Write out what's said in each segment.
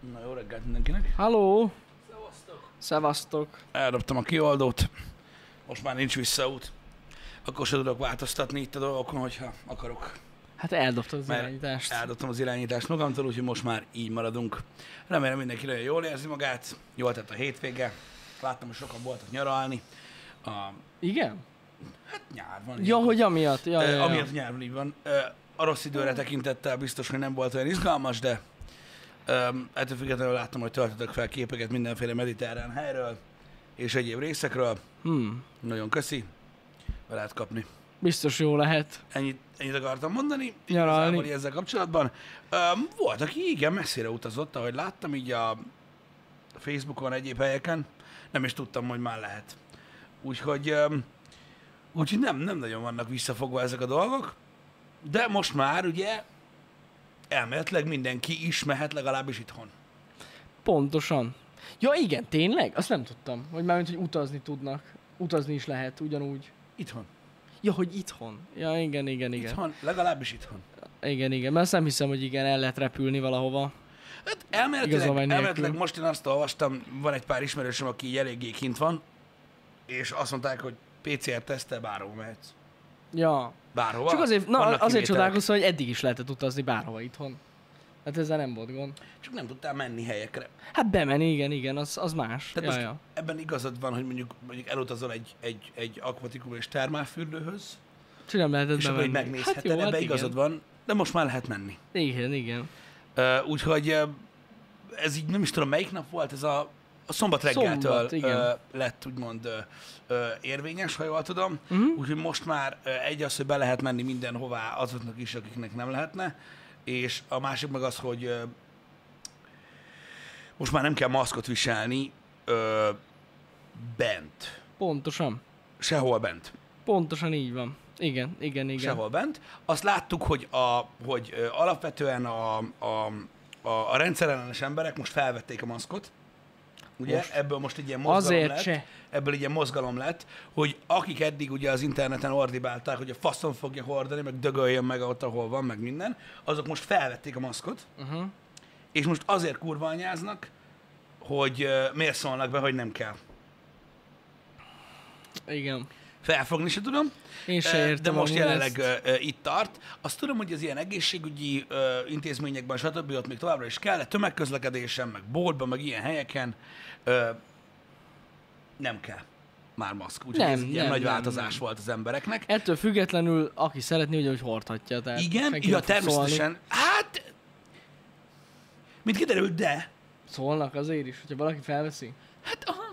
Na jó reggelt mindenkinek. Halló! Szevasztok. Szevasztok! Eldobtam a kioldót. Most már nincs visszaút. Akkor se tudok változtatni itt a dolgokon, hogyha akarok. Hát eldobtad az Mert irányítást. eldobtam az irányítást magamtól, úgyhogy most már így maradunk. Remélem mindenki nagyon jól érzi magát. Jól tett a hétvége. Láttam, hogy sokan voltak nyaralni. Igen? Hát nyár van. Ja, ilyenkor. hogy amiatt. Ja. Amiatt nyár van, így van. A rossz időre tekintettel biztos, hogy nem volt olyan izgalmas, de ettől függetlenül láttam, hogy töltöttek fel képeket mindenféle mediterrán helyről és egyéb részekről. Nagyon köszi. Be lehet kapni. Biztos jó lehet. Ennyit akartam mondani. Nyaralni. Igazából ezzel kapcsolatban. Volt, aki igen messzire utazott, ahogy láttam így a Facebookon, egyéb helyeken. Nem is tudtam, hogy már lehet. Úgyhogy nem nagyon vannak visszafogva ezek a dolgok. De most már ugye elméletileg mindenki is mehet legalábbis itthon. Pontosan. Ja igen, tényleg? Azt nem tudtam. Hogy mármint, hogy utazni tudnak. Utazni is lehet ugyanúgy. Itthon. Ja, hogy itthon. Ja, igen. Itthon, legalábbis itthon. Igen. Mert azt nem hiszem, hogy igen, el lehet repülni valahova. Hát Igazolvány nélkül. elméletileg most én azt olvastam, van egy pár ismerősöm, aki így eléggé kint van, és azt mondták, hogy PCR-teszttel bárhova mehetsz. Ja. Bárhova. Csak azért, Vannak azért kivételek. csodálkozom, hogy eddig is lehetett utazni bárhova itthon. Hát ezzel nem volt gond. Csak nem tudtál menni helyekre. Hát bemenni, igen, az más. Tehát Ja, most ja. ebben igazad van, hogy mondjuk elutazol egy akvatikum és termálfürdőhöz, Csak nem lehetett és akkor így bemenni. megnézheted, Hát jó, ebben hát igazad van, de most már lehet menni. Igen. Úgyhogy ez így nem is tudom, melyik nap volt, ez a szombat reggeltől Szombat, igen. lett úgymond érvényes, ha jól tudom. Uh-huh. Úgyhogy most már egy az, hogy be lehet menni mindenhová azoknak is, akiknek nem lehetne, és a másik meg az, hogy most már nem kell maszkot viselni bent. Pontosan. Sehol bent. Pontosan így van. Igen. Sehol bent. Azt láttuk, hogy alapvetően a rendszerellenes emberek most felvették a maszkot. Ugye? Most. Ebből most egy ilyen mozgalom Azért lett. se. Ebből egy ilyen mozgalom lett, hogy akik eddig ugye az interneten ordibálták, hogy a faszon fogja hordani, meg dögöljön meg ott, ahol van, meg minden, azok most felvették a maszkot, Uh-huh. és most azért kurva anyáznak, hogy miért szólnak be, hogy nem kell. Igen. Felfogni se tudom. Én se értem. De most amúgy jelenleg ezt. itt tart. Azt tudom, hogy az ilyen egészségügyi intézményekben, stb. Ott még továbbra is kell, tömegközlekedésen, meg boltban, meg ilyen helyeken nem kell már maszk. Úgyhogy ez ilyen nagy változás volt az embereknek. Ettől függetlenül, aki szeretné, ugye, hogy hordhatja. Tehát Igen, senki ja, nem fog természetesen. Hát, mint kiderült, de. Szólnak azért is, hogyha valaki felveszi. Hát, aha.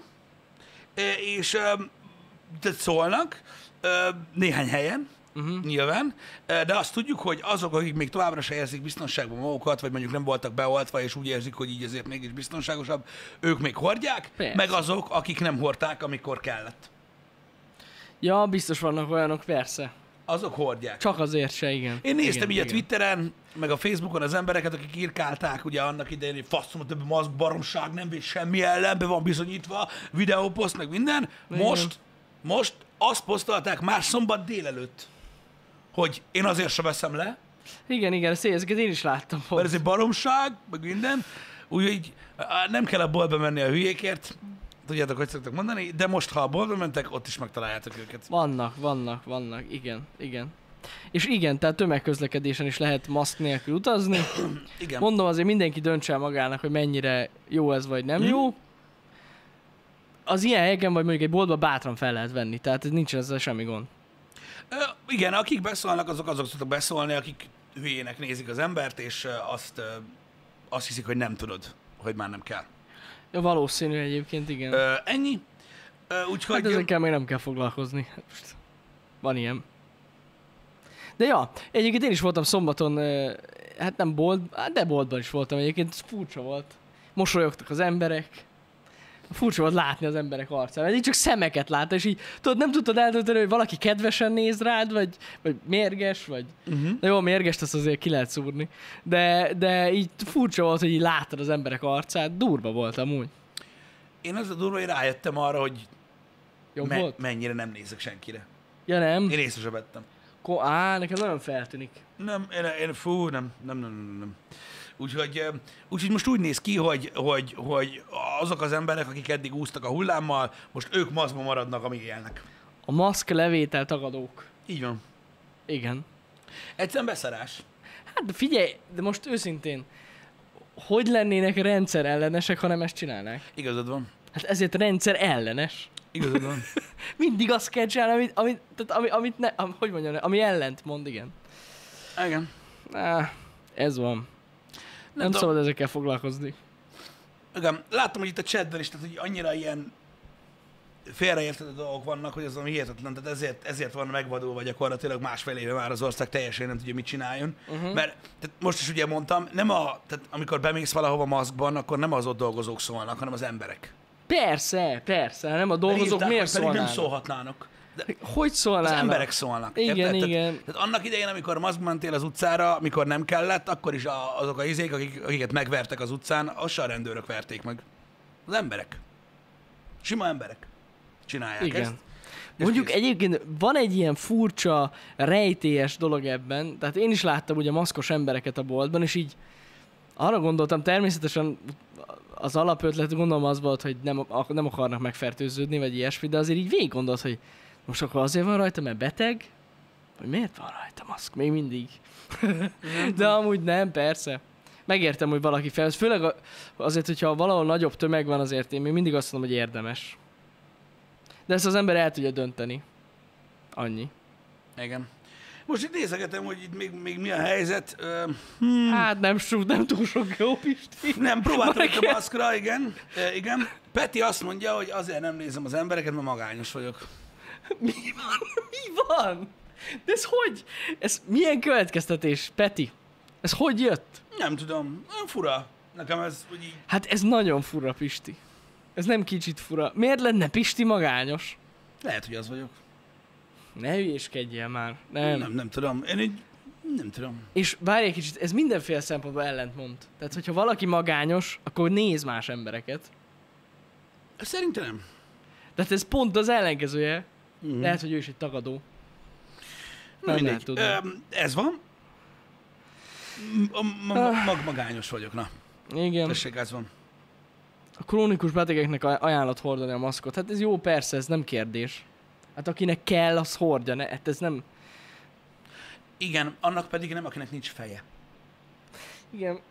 És tehát szólnak néhány helyen, nyilván, de azt tudjuk, hogy azok, akik még továbbra se érzik biztonságban magukat, vagy mondjuk nem voltak beoltva, és úgy érzik, hogy így ezért mégis biztonságosabb, ők még hordják, Persze. meg azok, akik nem hordták, amikor kellett. Ja, biztos vannak olyanok, persze. Azok hordják. Csak azért se, igen. Én néztem igen, így a Twitteren, meg a Facebookon az embereket, akik írkálták ugye annak idején, hogy faszom, a többi maszk baromság, nem véd semmi ellen, be van bizonyítva, videóposzt, meg minden. Most azt posztolták már szombat délelőtt, hogy én azért sem veszem le, Igen, ezeket én is láttam. mert ez egy baromság, meg minden. Úgyhogy nem kell a boltba menni a hülyékért, tudjátok, hogy szoktak mondani, de most, ha a boltba mentek, ott is megtaláljátok őket. Vannak, igen. És igen, tehát tömegközlekedésen is lehet maszk nélkül utazni. Igen. Mondom, azért mindenki döntse el magának, hogy mennyire jó ez, vagy nem jó. Az ilyen helyeken, vagy mondjuk egy boltba bátran fel lehet venni, tehát nincsen ezzel semmi gond. Igen, akik beszólnak, azok szoktak beszólni, akik hülyének nézik az embert, és azt hiszik, hogy nem tudod, hogy már nem kell. Ja, valószínű egyébként, igen. Ennyi. Úgyhogy... Hát ezekkel még nem kell foglalkozni. Hát most van ilyen. De ja, egyébként én is voltam szombaton, hát nem bolt, de boltban is voltam egyébként, ez furcsa volt. Mosolyogtak az emberek. Furcsa volt látni az emberek arcán, mert így csak szemeket látta, és így tudod, nem tudtad eldönteni, hogy valaki kedvesen néz rád, vagy mérges, vagy... De jó, a mérgest azt azért ki lehet szúrni. De így furcsa volt, hogy így láttad az emberek arcát, durva volt amúgy. Én az a durva, hogy rájöttem arra, hogy Jobb volt? mennyire nem nézek senkire. Ja nem? Én észre sem vettem. Nekem nagyon feltűnik. Nem. Úgyhogy most úgy néz ki, hogy azok az emberek, akik eddig úsztak a hullámmal, most ők maszkban maradnak, amíg élnek. A maszk levétel tagadók. Így van. Igen. Egyszerűen beszarás. Hát de figyelj, de most őszintén, hogy lennének rendszer ellenesek, ha nem ezt csinálnák? Igazad van. Hát ezért rendszer ellenes. Igazad van. Mindig azt kell csinálni, hogy mondjam, ami ellent mond, igen. Igen. Ez van. Nem szabad ezekkel foglalkozni. Igen. Láttam, hogy itt a chatben is, tehát, hogy annyira ilyen félreérthető dolgok vannak, hogy az ami hihetetlen, tehát ezért van megvadulva gyakorlatilag másfél éve már az ország teljesen nem tudja, mit csináljon. Mert tehát most is ugye mondtam, tehát amikor bemész valahova maszkban, akkor nem az ott dolgozók szólnak, hanem az emberek. Persze, nem a dolgozók miért szólnának? Nem szólhatnának. De hogy szólnának? Az emberek szólnak. Igen, érted? igen. Tehát annak idején, amikor maszkban mentél az utcára, amikor nem kellett, akkor is azok a izék, akiket megvertek az utcán, az se a rendőrök verték meg. Az emberek. Sima emberek csinálják igen. ezt. Mondjuk egyébként van egy ilyen furcsa, rejtélyes dolog ebben, tehát én is láttam ugye maszkos embereket a boltban, és így arra gondoltam, természetesen az alapötlet gondolom az volt, hogy nem akarnak megfertőződni, vagy ilyesmi, de azért így végig gondolt, hogy most akkor azért van rajta, mert beteg? Vagy miért van rajta maszk? Még mindig. De amúgy nem, persze. Megértem, hogy valaki fel. Főleg azért, hogyha valahol nagyobb tömeg van, azért én még mindig azt mondom, hogy érdemes. De ezt az ember el tudja dönteni. Annyi. Igen. Most itt nézegetem, hogy itt még mi a helyzet. Hát nem túl sok jó, Pisti. Nem, próbáltam itt a maszkra, igen. Igen. Peti azt mondja, hogy azért nem nézem az embereket, mert magányos vagyok. Mi van? De ez hogy? Ez milyen következtetés, Peti? Ez hogy jött? Nem tudom. Olyan fura. Nekem ez, hogy így... Hát ez nagyon fura, Pisti. Ez nem kicsit fura. Miért lenne Pisti magányos? Lehet, hogy az vagyok. Ne hülyéskedjél már. Nem tudom. Én így... Nem tudom. És várj egy kicsit, ez mindenféle szempontból ellentmond. Tehát, hogyha valaki magányos, akkor néz más embereket. Szerintem nem. Tehát ez pont az ellenkezője. Lehet, hogy ő is egy tagadó. Nem lehet tudni. Ez van. Magányos vagyok, na. Igen. Tessék, ez van. A krónikus betegeknek ajánlott hordani a maszkot. Hát ez jó, persze, ez nem kérdés. Hát akinek kell, az hordja, ne? Hát ez nem... Igen, annak pedig nem, akinek nincs feje. Igen.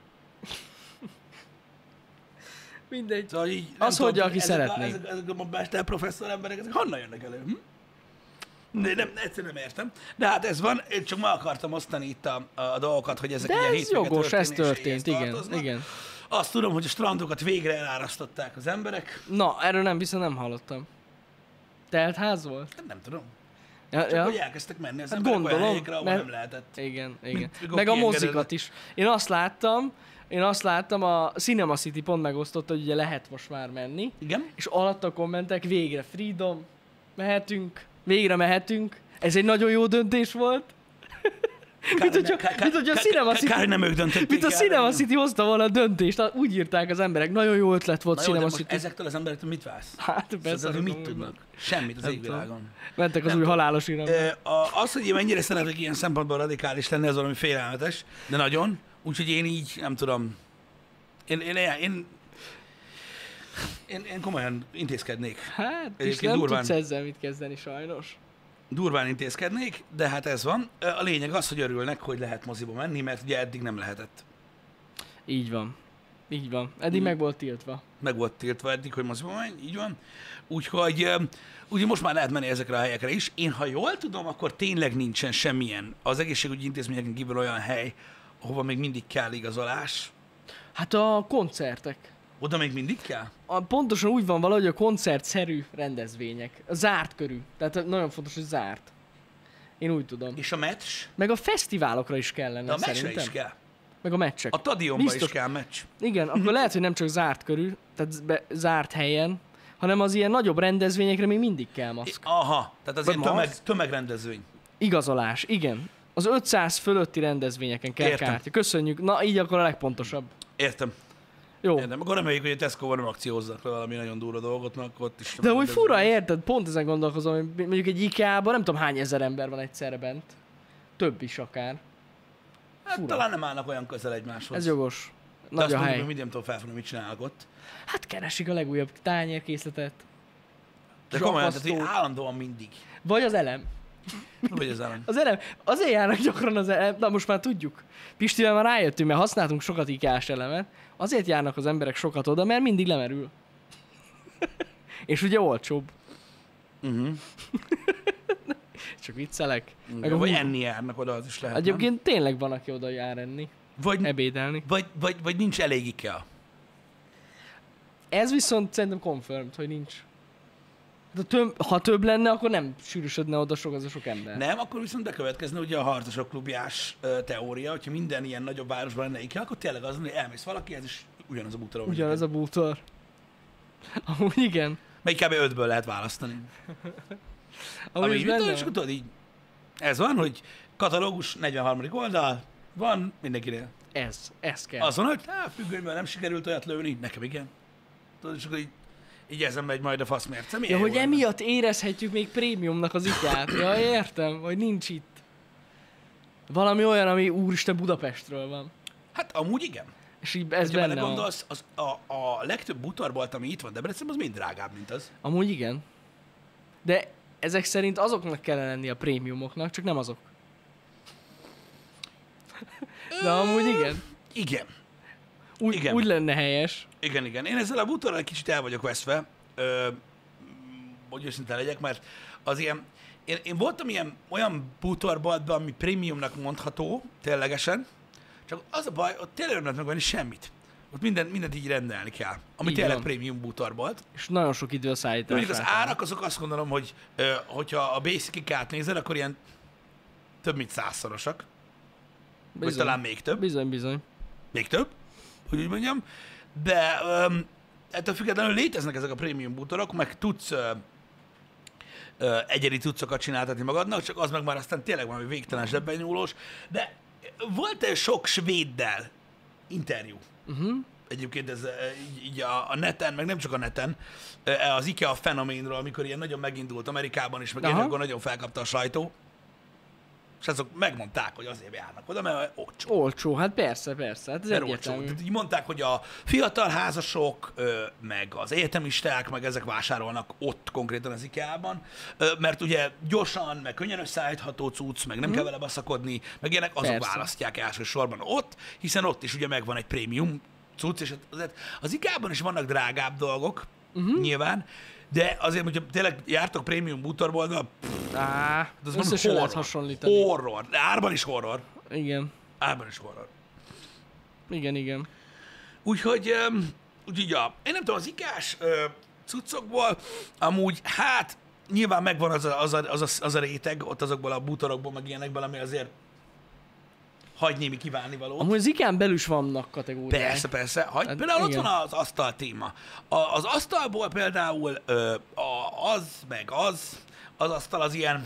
Mindegy. Szóval így, az tudom, hordja, aki szeretné. Ezek a mesterprofesszor emberek, ezek honnan jönnek elő? Nem, egyszerűen nem értem. De hát ez van, én csak ma akartam osztani itt a dolgokat, hogy ezek de ilyen ez jogos, ez történt, igen, tartoznak. igen. Azt tudom, hogy a strandokat végre elárasztották az emberek. Na, erről viszont nem hallottam. Telt ház volt? Hát nem tudom. Ja, Csak hogy elkezdtek menni az emberek olyan helyekre, ahol nem lehetett. Igen. Meg a mozikat is. Én azt láttam, a Cinema City pont megosztotta, hogy ugye lehet most már menni. Igen. És alatt a kommentek, végre freedom, végre mehetünk. Ez egy nagyon jó döntés volt. Mint hogy a Cinema City... Kár, nem ők döntötték. Mint a Cinema City hozta volna a döntést, úgy írták az emberek. Nagyon jó ötlet volt Cinema City. Ezektől az emberektől mit válsz? Hát persze. Mit tudnak? Semmit az égvilágon. Mentek az új halálos irányba. Az, hogy én mennyire szeretek ilyen szempontból radikális lenni, az valami félelmetes, de nagyon. Úgyhogy én így, nem tudom, én komolyan intézkednék. Hát, és nem durván, tudsz ezzel mit kezdeni sajnos. Durván intézkednék, de hát ez van. A lényeg az, hogy örülnek, hogy lehet moziba menni, mert ugye eddig nem lehetett. Így van. Eddig meg volt tiltva. Meg volt tiltva eddig, hogy moziba menj, így van. Úgyhogy ugye most már lehet menni ezekre a helyekre is. Én, ha jól tudom, akkor tényleg nincsen semmilyen az egészségügyi intézményeken kívül olyan hely, ahova még mindig kell igazolás. Hát a koncertek. Oda még mindig kell? Pontosan úgy van valahogy a koncertszerű rendezvények. A zárt körű. Tehát nagyon fontos, hogy zárt. Én úgy tudom. És a meccs? Meg a fesztiválokra is kellene, de a szerintem. meccsre is kell. Meg a meccsek. A stadionban is kell meccs. Igen, akkor lehet, hogy nem csak zárt körül, tehát zárt helyen, hanem az ilyen nagyobb rendezvényekre még mindig kell maszk. Aha, tehát az ilyen tömegrendezvény. Igazolás, igen. Az 500 fölötti rendezvényeken kell kártya. Köszönjük. Na, így akkor a legpontosabb. Értem. Jó. Értem. Akkor reméljük, hogy a Tesco-ban nem akciózzak le valami nagyon durva dolgot, mert akkor ott is... De úgy fura, érted? Pont ezen gondolkozom, hogy mondjuk egy IKEA-ban nem tudom hány ezer ember van egyszerre bent. Több is akár. Hát talán nem állnak olyan közel egymáshoz. Ez jogos. De azt Nagy a mondom, hely. hogy mindig nem tudom felfogni, mit csinálnak ott. Hát keresik a legújabb tányérkészletet. De komolyan, tehát Zsakasztó. hogy állandóan mindig. Vagy az elem. Vagy az ellen. Az elem. Azért járnak gyakran az elem. Na most már tudjuk. Pistivel már rájöttünk, mert használtunk sokat IKEA-s elemet. Azért járnak az emberek sokat oda, mert mindig lemerül. És ugye olcsóbb. Csak viccelek. Meg a Vagy hús- enni járnak oda, az is lehet. Nem? Egyébként tényleg van, aki oda jár enni. Vagy, Ebédelni. vagy nincs elég IKEA. Ez viszont szerintem confirmed, hogy nincs. Ha több lenne, akkor nem sűrűsödne oda az a sok ember. Nem, akkor viszont bekövetkezne ugye a harcosok klubjás teória, hogyha minden ilyen nagyobb városban lenne IKEA, akkor tényleg az, hogy elmész valakihez, és ugyanaz a bútor. Ugyanaz a bútor. Amúgy igen. Meg kb. 5-ből lehet választani. Amúgy Ami ez így, benne és van. tudod így, ez van, hogy katalógus 43. oldal, van mindenkinél. Ez kell. Az van, hogy függönyből nem sikerült olyat lőni, nekem igen. Tudod, és akkor így ezen megy majd a faszmérce. Ja, hogy emiatt érezhetjük még prémiumnak az ikját. Ja, értem, hogy nincs itt. Valami olyan, ami úristen Budapestről van. Hát amúgy igen. És így ez Ha benne van. belegondolsz, a legtöbb bútorbolt, ami itt van Debrecenben, az mind drágább, mint az. Amúgy igen. De ezek szerint azoknak kellene lenni a prémiumoknak, csak nem azok. De amúgy igen. Igen. Úgy, Igen. úgy lenne helyes. Igen. Én ezzel a bútorral egy kicsit el vagyok veszve, hogy őszinte legyek, mert az ilyen, én voltam olyan bútorboltban, ami prémiumnak mondható, ténylegesen, csak az a baj, ott tényleg nem lehet megvenni semmit. Ott mindent így rendelni kell, ami Így tényleg van. prémium bútorbolt. És nagyon sok idő a szállítás. Mondjuk az árak, azok azt gondolom, hogy hogyha a Basic IKEA-t nézed, akkor ilyen több mint 100-szorosak. Vagy talán még több. Bizony. Még több, hogy úgy mondjam. De ettől függetlenül léteznek ezek a prémium bútorok, meg tudsz egyedi cuccokat csináltatni magadnak, csak az meg már aztán tényleg valami végtelen zsebben nyúlós. De volt egy sok svéddel interjú. Egyébként ez így a neten, meg nem csak a neten, az IKEA fenoménről, amikor ilyen nagyon megindult Amerikában is, meg Aha. akkor nagyon felkapta a sajtó. És azok megmondták, hogy azért járnak oda, mert olcsó. Olcsó, hát persze. Hát ez Mert olcsó. egyértelmű. Tehát így mondták, hogy a fiatal házasok, meg az egyetemisták, meg ezek vásárolnak ott konkrétan az IKEA-ban, mert ugye gyorsan, meg könnyen összeállítható cucc, meg nem kell vele baszakodni, meg ilyenek, azok Persze. választják elsősorban ott, hiszen ott is ugye megvan egy prémium cucc, és az IKEA-ban is vannak drágább dolgok, nyilván, de azért, hogyha tényleg jártok prémium bútorboltba, az Össze se lehet hasonlítani. horror. De árban is horror. Igen. Árban is horror. Igen. Úgyhogy ja, én nem tudom, az IKEA-s cuccokból amúgy, hát nyilván megvan az a réteg ott azokból a bútorokból, meg ilyenekből, ami azért hagy némi kívánnivalót. Amúgy az IKEA-n belül is vannak kategóriák. Persze. Hát Például ott igen. van az asztal téma. Az asztalból például az asztal az ilyen,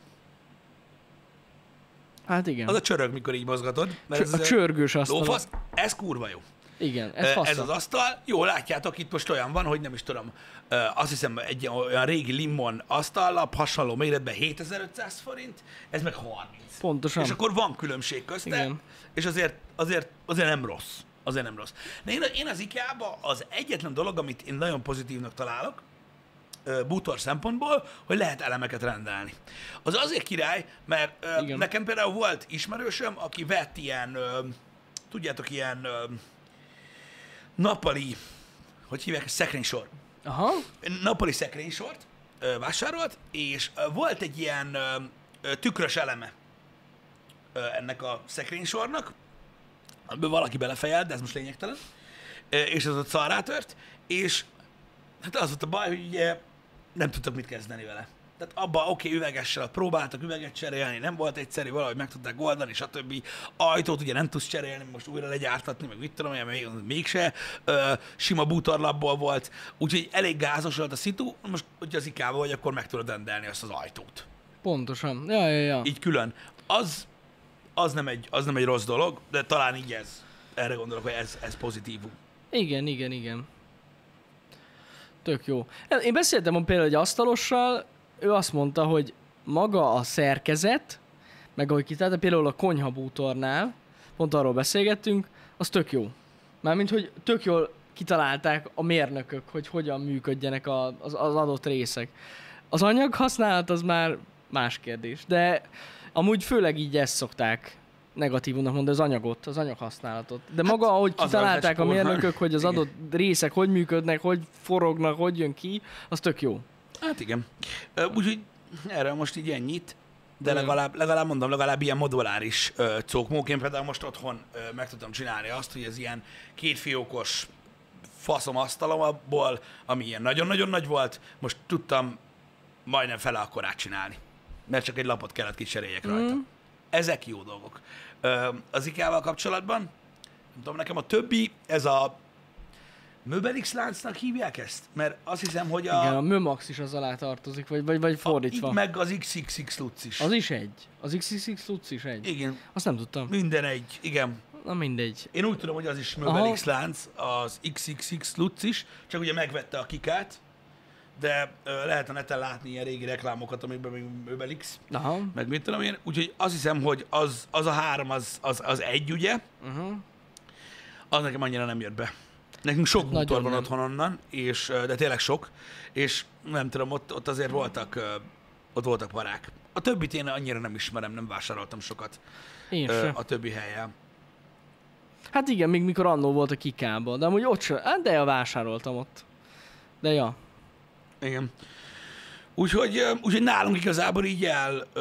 Hát igen. az a csörög, mikor így mozgatod. Mert A csörgős asztal. lófasz, ez kurva jó. Igen, ez fasz. Ez az asztal, jó, látjátok, itt most olyan van, hogy nem is tudom, azt hiszem egy olyan régi Limon asztallap, hasonló méretben 7500 forint, ez meg 30. Pontosan. És akkor van különbség közte, Igen. és azért nem rossz. Azért nem rossz. De én az IKEA-ba az egyetlen dolog, amit én nagyon pozitívnak találok, bútor szempontból, hogy lehet elemeket rendelni. Az azért király, mert Igen. nekem például volt ismerősöm, aki vett ilyen, tudjátok, ilyen nappali, hogy hívják, szekrénysor. Aha. Nappali szekrénysort vásárolt, és volt egy ilyen tükrös eleme ennek a szekrénysornak, amiből valaki belefejelt, de ez most lényegtelen, és az ott szarrá tört, és hát az volt a baj, hogy ugye nem tudtak mit kezdeni vele. Tehát abban oké, üvegessel próbáltak üveget cserélni, nem volt egyszerű, valahogy meg tudták oldani, stb. Ajtót ugye nem tudsz cserélni, most újra legyártatni, meg mit tudom, mégse. Sima bútorlapból volt, úgyhogy elég gázos volt a szitu. Most, hogyha az IKEA-ba vagy, akkor meg tudod rendelni azt az ajtót. Pontosan. Ja. Így külön. Az nem egy rossz dolog, de talán így ez. Erre gondolok, hogy ez pozitívum. Igen. Tök jó. Én beszéltem például egy asztalossal, ő azt mondta, hogy maga a szerkezet, meg ahogy kitálta, például a konyhabútornál, pont arról beszélgettünk, az tök jó. Mármint, hogy tök jól kitalálták a mérnökök, hogy hogyan működjenek az adott részek. Az anyag használat az már más kérdés, de amúgy főleg így ezt szokták negatívumnak mondani, az anyaghasználatot. De maga, ahogy kitalálták a mérnökök, hogy az adott részek hogy működnek, hogy forognak, hogy jön ki, az tök jó. Hát igen. Úgyhogy erről most így ennyit, de legalább mondom, legalább ilyen moduláris cókmók. Én például most otthon meg tudtam csinálni azt, hogy ez ilyen kétfiókos faszom asztalomból, ami ilyen nagyon-nagyon nagy volt, most tudtam majdnem fele akkorát csinálni. Mert csak egy lapot kellett kicseréljek rajta. Ezek jó dolgok. Az IKEA-val kapcsolatban, nem tudom, nekem a többi, ez a Möbelix láncnak hívják ezt? Mert azt hiszem, hogy Igen, a Mömax is az alá tartozik, vagy fordítva. Meg az XXX Lutz is. Az is egy. Az XXX Lutz is egy. Igen. Azt nem tudtam. Minden egy, igen. Na mindegy. Én úgy tudom, hogy az is Möbelix lánc, az XXX Lutz is, csak ugye megvette a Kikát, de lehet a neten látni ilyen régi reklámokat, amikben még Möbelix, meg mit tudom én. Úgyhogy azt hiszem, hogy az a három, az egy, ugye? Az nekem annyira nem jött be. Nekünk sok bútor van otthon onnan, de tényleg sok, és nem tudom, ott azért voltak parák. A többit én annyira nem ismerem, nem vásároltam sokat a többi helyen. Hát igen, még mikor annó volt a Kikában, de amúgy ott sem, de vásároltam ott. De ja. Igen. Úgyhogy nálunk igazából így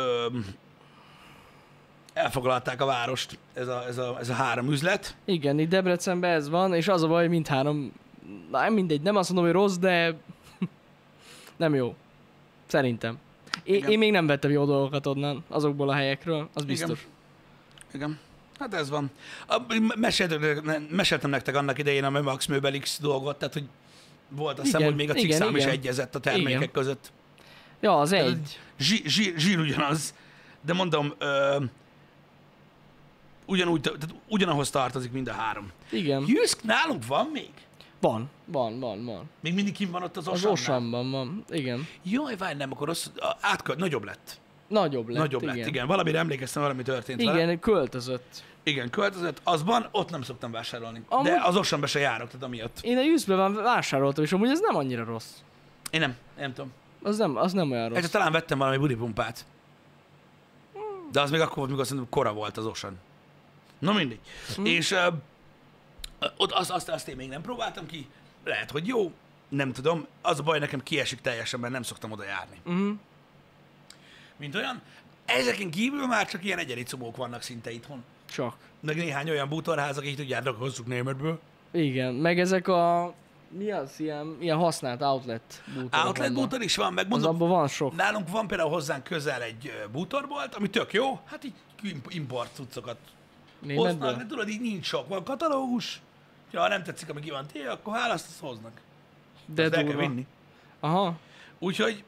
elfoglalták a várost, ez a három üzlet. Igen, itt Debrecenben ez van, és az a baj, mindhárom, nem mindegy, nem azt mondom, hogy rossz, de nem jó. Szerintem. Én még nem vettem jó dolgokat onnan, azokból a helyekről, az biztos. Igen. Hát ez van. Meséltem nektek annak idején a Max Möbelix dolgot, tehát hogy volt azt hiszem, hogy még a cikszám is egyezett a termékek között. Ja, az egy. Zsír ugyanaz, de mondom, ugyanahoz tartozik mind a három. Igen. Jüszk nálunk van még? Van. Még mindig kint van ott az Osanban? Az Osanban van, igen. Jaj, várj, nem, akkor nagyobb lett. Nagyobb lett, igen. Valamire emlékeztem, valami történt vele. Igen, költözött. Igen, költözött. Azban ott nem szoktam vásárolni. De az Osanban se járok, tehát amiatt. Én a Jüszkben vásároltam, és amúgy ez nem annyira rossz. Én nem tudom. Az nem olyan rossz. Talán vettem valami budipumpát. De az még akkor volt, mikor szerintem kora volt az Osan. Na mindegy. És azt én még nem próbáltam ki. Lehet, hogy jó. Nem tudom. Az a baj, nekem kiesik teljesen, mert nem szoktam oda járni. Mint olyan. Ezeken kívül már csak ilyen egyedi comók vannak szinte itthon. Csak. Meg néhány olyan bútorház, akik tudjátok, hozzuk németből. Igen, meg ezek a... Mi az? Ilyen használt outlet bútorok. Outlet bútor is van, meg mondom. Az abban van sok. Nálunk van például hozzánk közel egy bútorbolt, ami tök jó. Hát így import cuccokat hoznak, de tudod, így nincs sok. Van katalógus, ha nem tetszik, ami ki van téve, akkor azt hoznak. De el kell vinni. Aha. Úgyhogy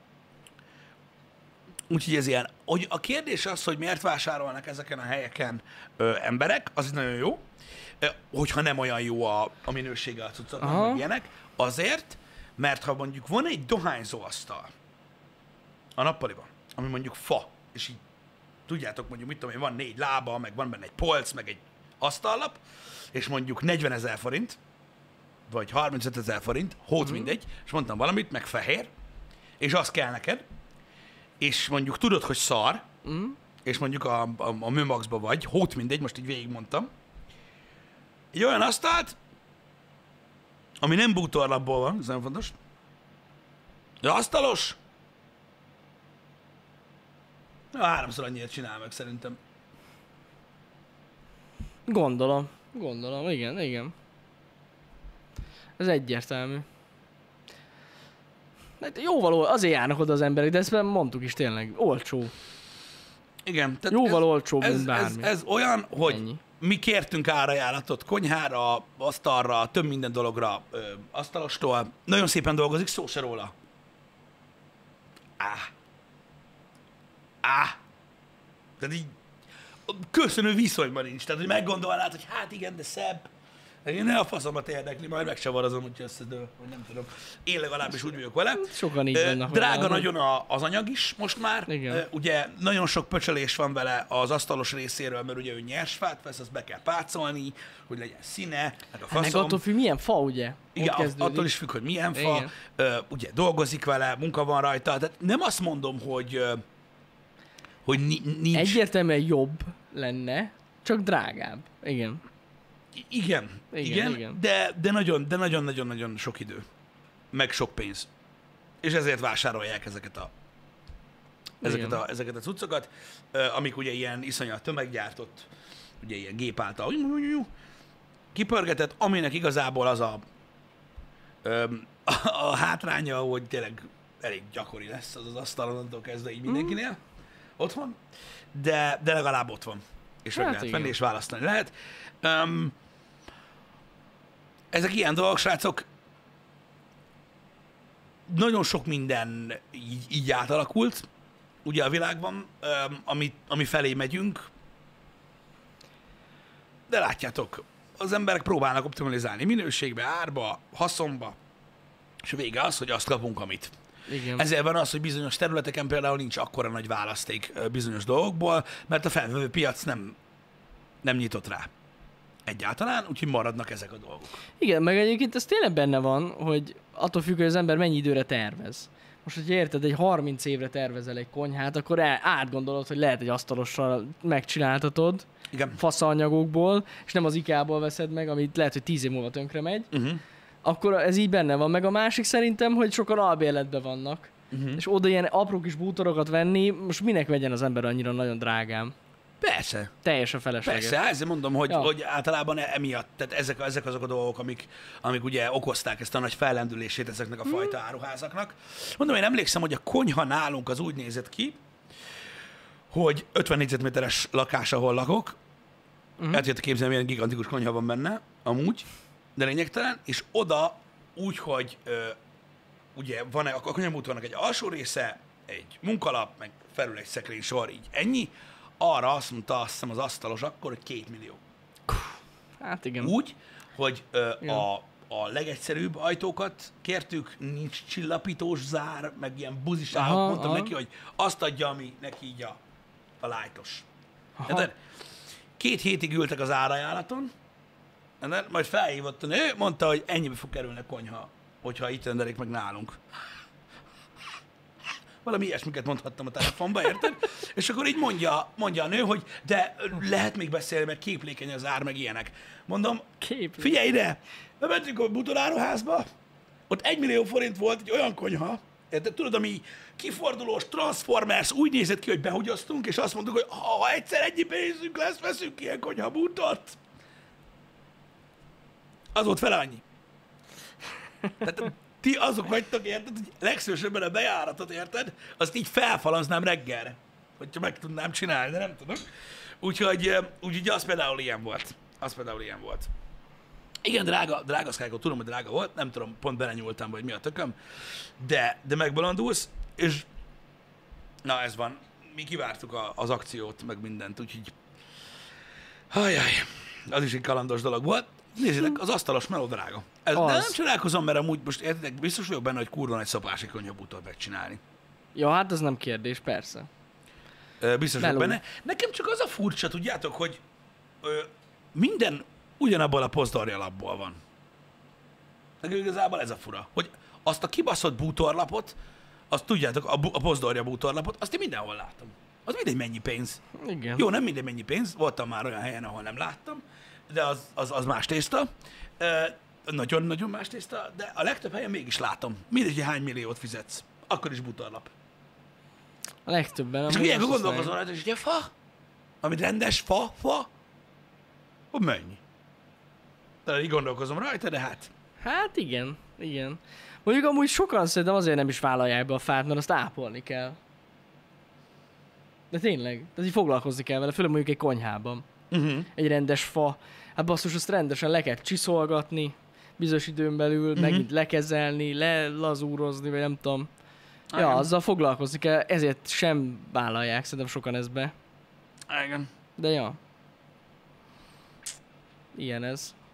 ez ilyen. A kérdés az, hogy miért vásárolnak ezeken a helyeken emberek, az nagyon jó. Hogyha nem olyan jó a minősége a cuccoknak, meg ilyenek. Azért, mert ha mondjuk van egy dohányzó asztal a nappaliban, ami mondjuk fa, és így tudjátok, mondjuk mit tudom én, van 4 lába, meg van benne egy polc, meg egy asztallap, és mondjuk 40 000 forint, vagy 35 000 forint, mindegy, és mondtam valamit, meg fehér, és az kell neked, és mondjuk tudod, hogy szar, és mondjuk a Mömaxba vagy, mindegy, most így végigmondtam, egy olyan asztalt, ami nem bútorlapból van, ez nagyon fontos, de asztalos, háromszor annyit csinál meg szerintem. Gondolom, igen. Ez egyértelmű. Hát jóval azért járnak oda az emberek, de ezt már mondtuk is tényleg, olcsó. Igen. Tehát jóval olcsóbb, mint bármi. Ez olyan, hogy ennyi. Mi kértünk árajánlatot konyhára, asztalra, több minden dologra asztalostól. Nagyon szépen dolgozik, szó se róla. Tehát így köszönő viszonyban nincs. Tehát, hogy meggondolnád, hogy hát igen, de szebb. Én ne a faszomat érdekli, majd megcsavarozom, hogyha összedől, vagy nem tudom. Én legalábbis úgy vagyok vele. Sokan így vannak. Drága vele, nagyon az anyag is most már. Igen. Ugye nagyon sok pöcsölés van vele az asztalos részéről, mert ugye ő nyers fát vesz, azt be kell pácolni, hogy legyen színe, meg a meg faszom. attól függ, milyen fa, ugye? Igen, Ott kezdődik. attól is függ, hogy milyen fa. Igen. Ugye dolgozik vele, munka van rajta. Tehát nem azt mondom, hogy nincs... Egyértelműen jobb lenne, csak drágább. Igen. Igen. De nagyon-nagyon sok idő. Meg sok pénz. És ezért vásárolják ezeket a cuccokat, amik ugye ilyen iszonyat tömeggyártott, ugye ilyen gép által kipörgetett, aminek igazából az a hátránya, hogy tényleg elég gyakori lesz az asztalon kezdve így mindenkinél otthon, de legalább ott van. És meg Hát lehet igen. venni, és választani lehet. Ezek ilyen dolgok, srácok, nagyon sok minden így átalakult, ugye a világban, ami felé megyünk, de látjátok, az emberek próbálnak optimalizálni minőségbe, árba, haszonba, és a vége az, hogy azt kapunk, amit. Igen. Ezért van az, hogy bizonyos területeken például nincs akkora nagy választék bizonyos dolgokból, mert a felvevő piac nem nyitott rá egyáltalán, úgyhogy maradnak ezek a dolgok. Igen, meg egyébként ez tényleg benne van, hogy attól függ, hogy az ember mennyi időre tervez. Most, hogyha érted, egy 30 évre tervezel egy konyhát, akkor átgondolod, hogy lehet egy asztalossal megcsináltatod, Igen. faszanyagokból, és nem az IKEA-ból veszed meg, amit lehet, hogy 10 év múlva tönkre megy, akkor ez így benne van. Meg a másik szerintem, hogy sokan albérletben vannak, és oda ilyen apró kis bútorokat venni, most minek vegyen az ember annyira nagyon drágán? Persze. Teljesen felesleges. Persze, ezért mondom, hogy, Ja. hogy általában emiatt, tehát ezek azok a dolgok, amik ugye okozták ezt a nagy fellendülését ezeknek a fajta áruházaknak. Mondom, én emlékszem, hogy a konyha nálunk az úgy nézett ki, hogy 50 négyzetméteres lakás, ahol lakok, el tudjátok képzelni, milyen gigantikus konyha van benne, amúgy, de lényegtelen, és oda úgy, hogy ugye van a konyhamútvornak egy alsó része, egy munkalap, meg felül egy szekrénysor, így ennyi, arra azt mondta, azt hiszem az asztalos akkor, hogy 2 millió. Hát igen. Úgy, hogy a legegyszerűbb ajtókat kértük, nincs csillapítós zár, meg ilyen buziságok. Mondtam neki, hogy azt adja, ami neki így a lightos. De 2 hétig ültek az árajánlaton, majd felhívott a nő, mondta, hogy ennyibe fog kerülni a konyha, hogyha itt rendelik meg nálunk. Valami ilyesmiket mondhattam a telefonba, érted? És akkor így mondja a nő, hogy de lehet még beszélni, mert képlékeny az ár, meg ilyenek. Mondom, figyelj ide, bementünk a bútoráruházba, ott 1 millió forint volt egy olyan konyha, érted? Tudod, ami kifordulós Transformers, úgy nézett ki, hogy behugyoztunk, és azt mondtuk, hogy ha egyszer ennyi pénzünk lesz, veszünk ilyen konyhabútot. Az volt fele annyi. Tehát ti azok vagytok, érted, hogy legszívesebben a bejáratot, érted, azt így felfalaznám reggelre, hogyha meg tudnám csinálni, de nem tudom. Úgyhogy az például ilyen volt. Igen, drága Skygo, tudom, hogy drága volt, nem tudom, pont belenyúltam, hogy mi a tököm, de megbolondulsz, és na ez van. Mi kivártuk az akciót, meg mindent, úgyhogy ajaj, az is egy kalandos dolog volt. Nézzétek, az asztalos meló drága. De nem csodálkozom, mert amúgy most értitek, biztos vagyok benne, hogy kurva nagy szapási konyhabútot megcsinálni. Ja, hát az nem kérdés, persze. Biztos vagyok benne. Nekem csak az a furcsa, tudjátok, hogy minden ugyanabból a pozdorja lapból van. Nekem igazából ez a fura, hogy azt a kibaszott bútorlapot, azt tudjátok, a pozdorja bútorlapot, azt én mindenhol látom. Az mindegy mennyi pénz. Igen. Jó, nem mindegy mennyi pénz, voltam már olyan helyen, ahol nem láttam, de az más tészta. Nagyon-nagyon más tészta, de a legtöbb helyen mégis látom. Mindegy, hogy hány milliót fizetsz. Akkor is bútorlap. A legtöbben. És akkor ilyenkor gondolkozom rajta, hogy ugye fa? Amit rendes fa, hogy mennyi? De így gondolkozom rajta, de hát. Hát igen. Mondjuk amúgy sokan szerintem azért nem is vállalják be a fát, mert azt ápolni kell. De tényleg, tehát így foglalkozni kell vele, főleg mondjuk egy konyhában. Egy rendes fa. Hát basszus, azt rendesen le kell csiszolgatni, bizonyos időn belül, megint lekezelni, lelazúrozni, vagy nem tudom. Ja, azzal foglalkozni kell, ezért sem vállalják szerintem sokan ezt be. Igen. De ja. Ilyen ez.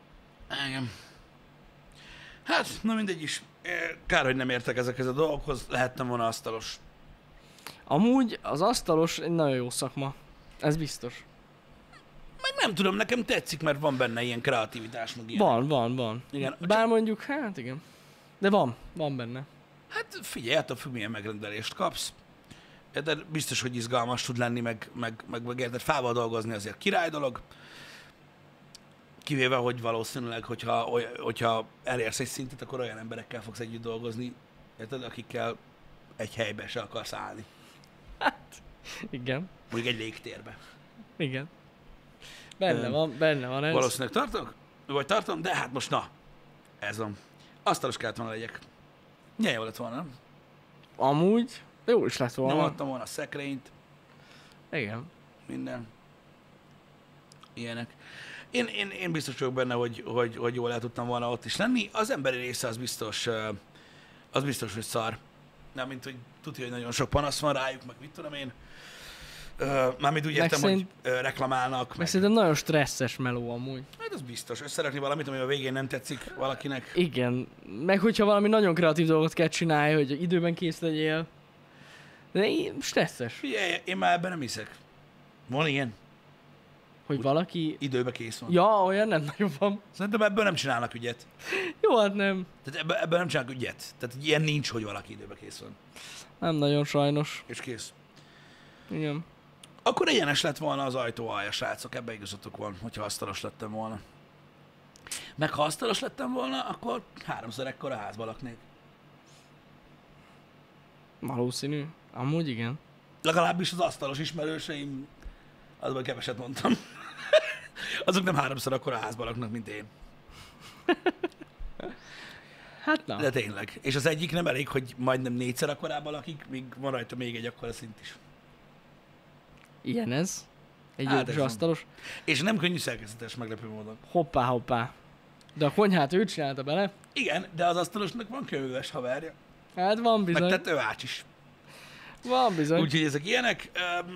Igen. Hát, na mindegy is. Kár, hogy nem értek ezekhez a dolgokhoz, lehettem volna asztalos. Amúgy az asztalos egy nagyon jó szakma. Ez biztos. Meg nem tudom, nekem tetszik, mert van benne ilyen kreativitás, meg ilyen. Van. Igen. Bár mondjuk, hát igen. De van benne. Hát figyelj, attól függ, milyen megrendelést kapsz. De biztos, hogy izgalmas tud lenni, meg érted, fával dolgozni azért király dolog. Kivéve, hogy valószínűleg, hogyha elérsz egy szintet, akkor olyan emberekkel fogsz együtt dolgozni, érted, akikkel egy helybe se akarsz állni. Hát, igen. Mondjuk egy légtérbe. Igen. Benne van ez. Valószínűleg tartom, de hát most na, ez van. Asztalos kellett volna legyek. Milyen jó lett volna, nem? Amúgy jó is lett volna. Nyomattam volna a szekrényt, Igen. minden. Ilyenek. Én biztos vagyok benne, hogy jól el tudtam volna ott is lenni. Az emberi része az biztos, hogy szar. Nem, mint hogy tudja, hogy nagyon sok panasz van rájuk, meg mit tudom én. Mármint úgy értem, hogy reklamálnak. Meg szerintem nagyon stresszes meló amúgy. Hát az biztos. Összerakni valamit, ami a végén nem tetszik valakinek. Igen. Meg hogyha valami nagyon kreatív dolgot kell csinálni, hogy időben kész legyél. De stresszes. Figyelj, én már ebben nem hiszek. Van ilyen? Hogy valaki... Időbe kész van. Ja, olyan nem nagyon van. Szerintem ebből nem csinálnak ügyet. Jó, hát nem. Tehát ebből nem csinálnak ügyet. Tehát ilyen nincs, hogy valaki időbe kész van. Nem nagyon sajnos. És kész. Igen. Akkor egyenes lett volna az ajtó alja, srácok, ebbe igazatok van, hogyha asztalos lettem volna. Meg ha asztalos lettem volna, akkor 3-szor ekkora házba laknék. Valószínű. Amúgy igen. Legalábbis az asztalos ismerőseim, azban keveset mondtam. Azok nem 3-szor akkora házba laknak, mint én. Hát na. De tényleg. És az egyik nem elég, hogy majdnem 4-szer akkorában lakik, míg van rajta még egy akkora szint is. Ilyen ez. Egy Hát jó ez asztalos. És nem könnyű szerkezetes meglepő módon. Hoppá. De a konyhát ő csinálta bele? Igen, de az asztalosnak van könyves haverja. Hát van bizony. Meg tetőács is. Van bizony. Úgyhogy ezek ilyenek.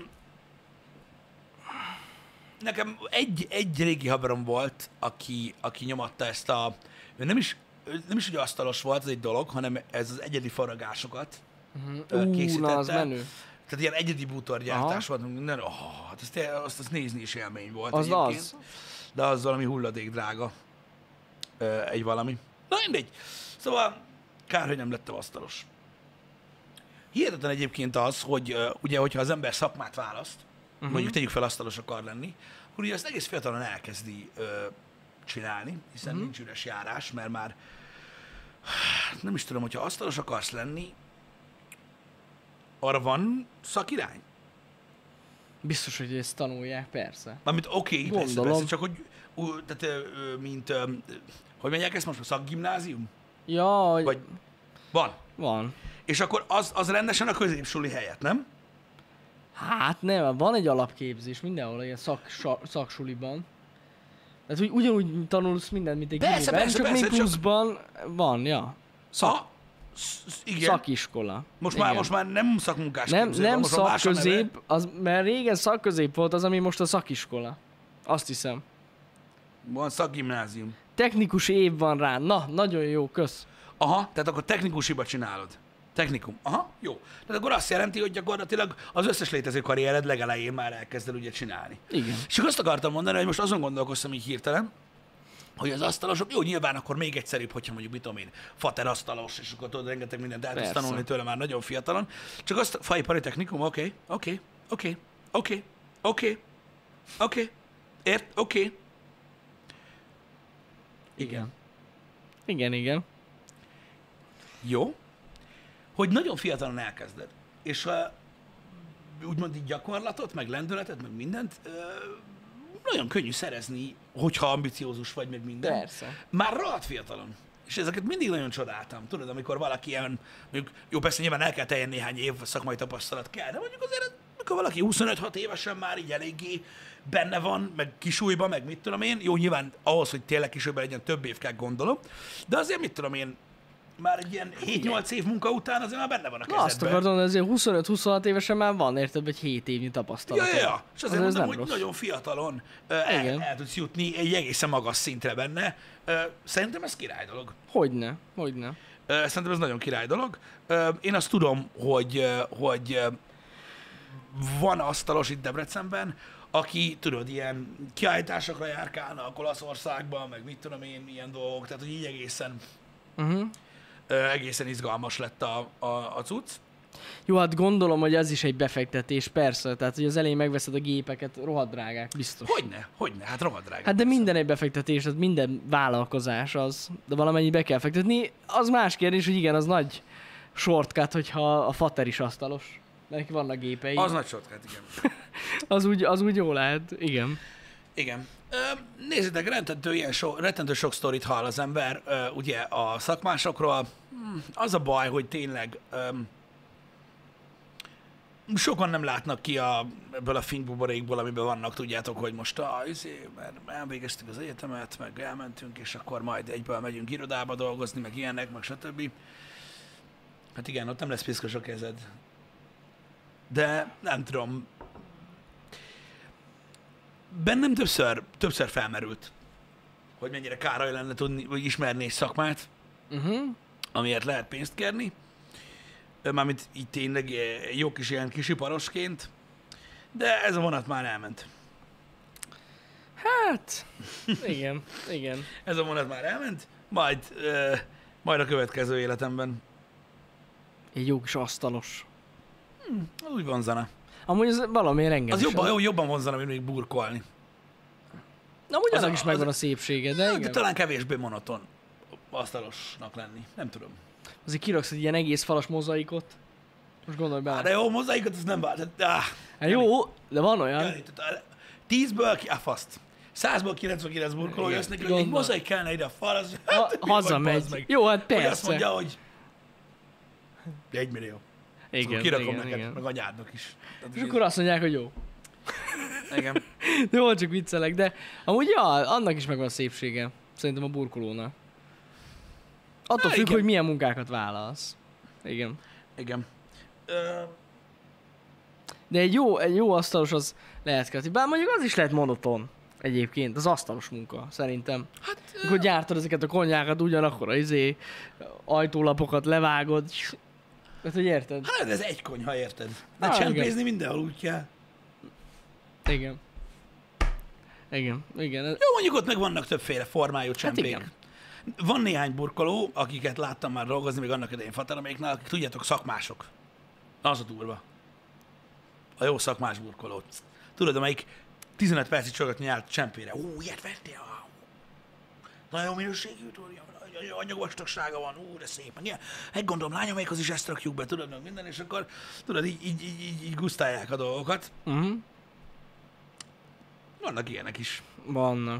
Nekem egy régi haverom volt, aki nyomatta ezt a... Ő nem is hogy asztalos volt, ez egy dolog, hanem ez az egyedi faragásokat készítette. Na, az menő. Tehát ilyen egyedi bútorgyártás volt, minden. Hát azt nézni is élmény volt az egyébként. Az. De az valami hulladék drága. Egy valami. Na mindegy. Szóval kár, hogy nem lettem asztalos. Hihetetlen egyébként az, hogy ugye, hogyha az ember szakmát választ, mondjuk tegyük fel asztalos akar lenni, akkor ugye azt egész fiatalon elkezdi csinálni, hiszen nincs üres járás, mert már nem is tudom, hogyha asztalos akarsz lenni, arra van szakirány? Biztos, hogy ezt tanulják, persze. Mármint oké, persze, Gondolom. csak hogy, tehát, hogy mondják ezt most, szakgimnázium? Ja, Vagy van. van. És akkor az rendesen a középsuli helyett, nem? Hát nem, van egy alapképzés mindenhol ilyen szaksuliban. Tehát úgy, ugyanúgy tanulsz mindent, mint egy Persze, gimiben, persze, csak persze, még csak- pluszban van, ja. Igen. Szakiskola. Most Igen. már nem szakmunkás Nem, képző van, nem most már más a neve. szakközép, mert régen szakközép volt az, ami most a szakiskola. Azt hiszem. Van szakgimnázium. Technikus év van rá. Na, nagyon jó, kösz. Aha, tehát akkor technikusiba csinálod. Technikum. Aha, jó. Tehát akkor azt jelenti, hogy gyakorlatilag az összes létező karriered legelején már elkezded ugye csinálni. Igen. És akkor azt akartam mondani, hogy most azon gondolkoztam így hirtelen, hogy az asztalosok, jó, nyilván akkor még egyszerűbb, hogyha mondjuk, mit tudom én, fater asztalos, és akkor tudod, rengeteg mindent el tudsz Persze. tanulni tőle már nagyon fiatalon. Csak azt, faipari technikum, oké. Oké. Igen. Igen. Jó. Hogy nagyon fiatalon elkezded. És úgymond így gyakorlatot, meg lendületet, meg mindent nagyon könnyű szerezni, hogyha ambiciózus vagy, meg minden. Persze. Már rohadt fiatalon. És ezeket mindig nagyon csodáltam. Tudod, amikor valaki ilyen, mondjuk, jó, persze nyilván el kell teljen néhány év szakmai tapasztalat kell, de mondjuk azért, amikor valaki 25-6 évesen már így eléggé benne van, meg kisújban, meg mit tudom én, jó, nyilván ahhoz, hogy tényleg kisújban legyen, több év kell, gondolom, de azért mit tudom én, már egy ilyen 7-8 év munka után azért már benne van a Na, azt kezedben. akarod, ezért 25-26 évesen már van, érted, egy 7 évnyi tapasztalat. Ja. És azért Ez mondom, nem hogy rossz. nagyon fiatalon Igen. el tudsz jutni egy egészen magas szintre benne. Szerintem ez király dolog. Hogyne. Szerintem ez nagyon király dolog. Én azt tudom, hogy van asztalos itt Debrecenben, aki, tudod, ilyen kiállításokra járkálnak Olaszországban, meg mit tudom én, ilyen dolgok, tehát hogy így egészen izgalmas lett a cucc. Jó, hát gondolom, hogy ez is egy befektetés, persze. Tehát, hogy az elején megveszed a gépeket, rohadt drágák, biztos. Hogyne, hát rohadt drága. Hát de persze. minden egy befektetés, tehát minden vállalkozás az, de valamennyit be kell fektetni. Az más kérdés, hogy igen, az nagy shortcut, hogyha a fater is asztalos. Neki vannak gépei. Az nagy shortcut, igen. Az úgy jó lehet, igen. Igen. Nézzétek, rettentő sok sztorit hall az ember, ugye a szakmásokról. Az a baj, hogy tényleg sokan nem látnak ki ebből a fingbuborékból, amiben vannak, tudjátok, hogy most mert elvégeztük az egyetemet, meg elmentünk, és akkor majd egyből megyünk irodába dolgozni, meg ilyenek, meg stb. Hát igen, ott nem lesz piszkos a kezed. De nem tudom. Bennem többször felmerült, hogy mennyire kára lenne tudni, vagy ismerni egy szakmát, amiért lehet pénzt kérni. Mármint így tényleg jó kis ilyen kisiparosként, de ez a vonat már elment. Hát, igen. Ez a vonat már elment, majd a következő életemben. Egy jó kis asztalos. Az úgy vonzana. Amúgy ez valamiért engem Az is. jobban vonzana, mint még burkolni. Amúgy az- annak is megvan a az- szépsége, de De igen. talán kevésbé monoton asztalosnak lenni. Nem tudom. Azért kiraksz egy ilyen egész falas mozaikot. Most gondolj bele. De jó, mozaikot, ez nem vált. Hát jó, de van olyan. 10-ből faszt. 100-ból 99 burkoló Igen, jössz neki, hogy egy gondol. mozaik kellene ide a fal, az... Hazamegy. Jó, hát Hogy azt persze. mondja, hogy 1 millió. Igen, Kirakom igen, neked, igen. meg anyádnak is. Tehát És akkor azt mondják, hogy jó. igen. Jó, csak viccelek, de amúgy ja, annak is megvan a szépsége. Szerintem a burkolónak. Attól függ, igen. hogy milyen munkákat vállalsz. Igen. Igen. De egy jó asztalos az lehet követni. Bár mondjuk az is lehet monoton egyébként, az asztalos munka, szerintem. Hát, Akkor gyártod ezeket a konyhákat, ugyanakkor ajtólapokat levágod. Tehát, hogy érted? hát ez egy konyha, érted? De Á, csempézni mindenhol úgy kell. Igen. Igen. Jó, mondjuk ott meg vannak többféle formájú csempék. igen. Van néhány burkoló, akiket láttam már dolgozni, még annak idején Fataraméknál, akik tudjátok, szakmások. Az a durva. A jó szakmás burkoló. Tudod, amelyik 15 percig csörgetni állt csempére. Ilyet vettél? Nagyon minőségű, tudja, anyagvastagsága van, de szép. Meg ilyen. Egy gondolom, lányomékhoz is ezt rakjuk be, tudod, meg minden, és akkor tudod, így gusztálják a dolgokat. Vannak ilyenek is. Vannak.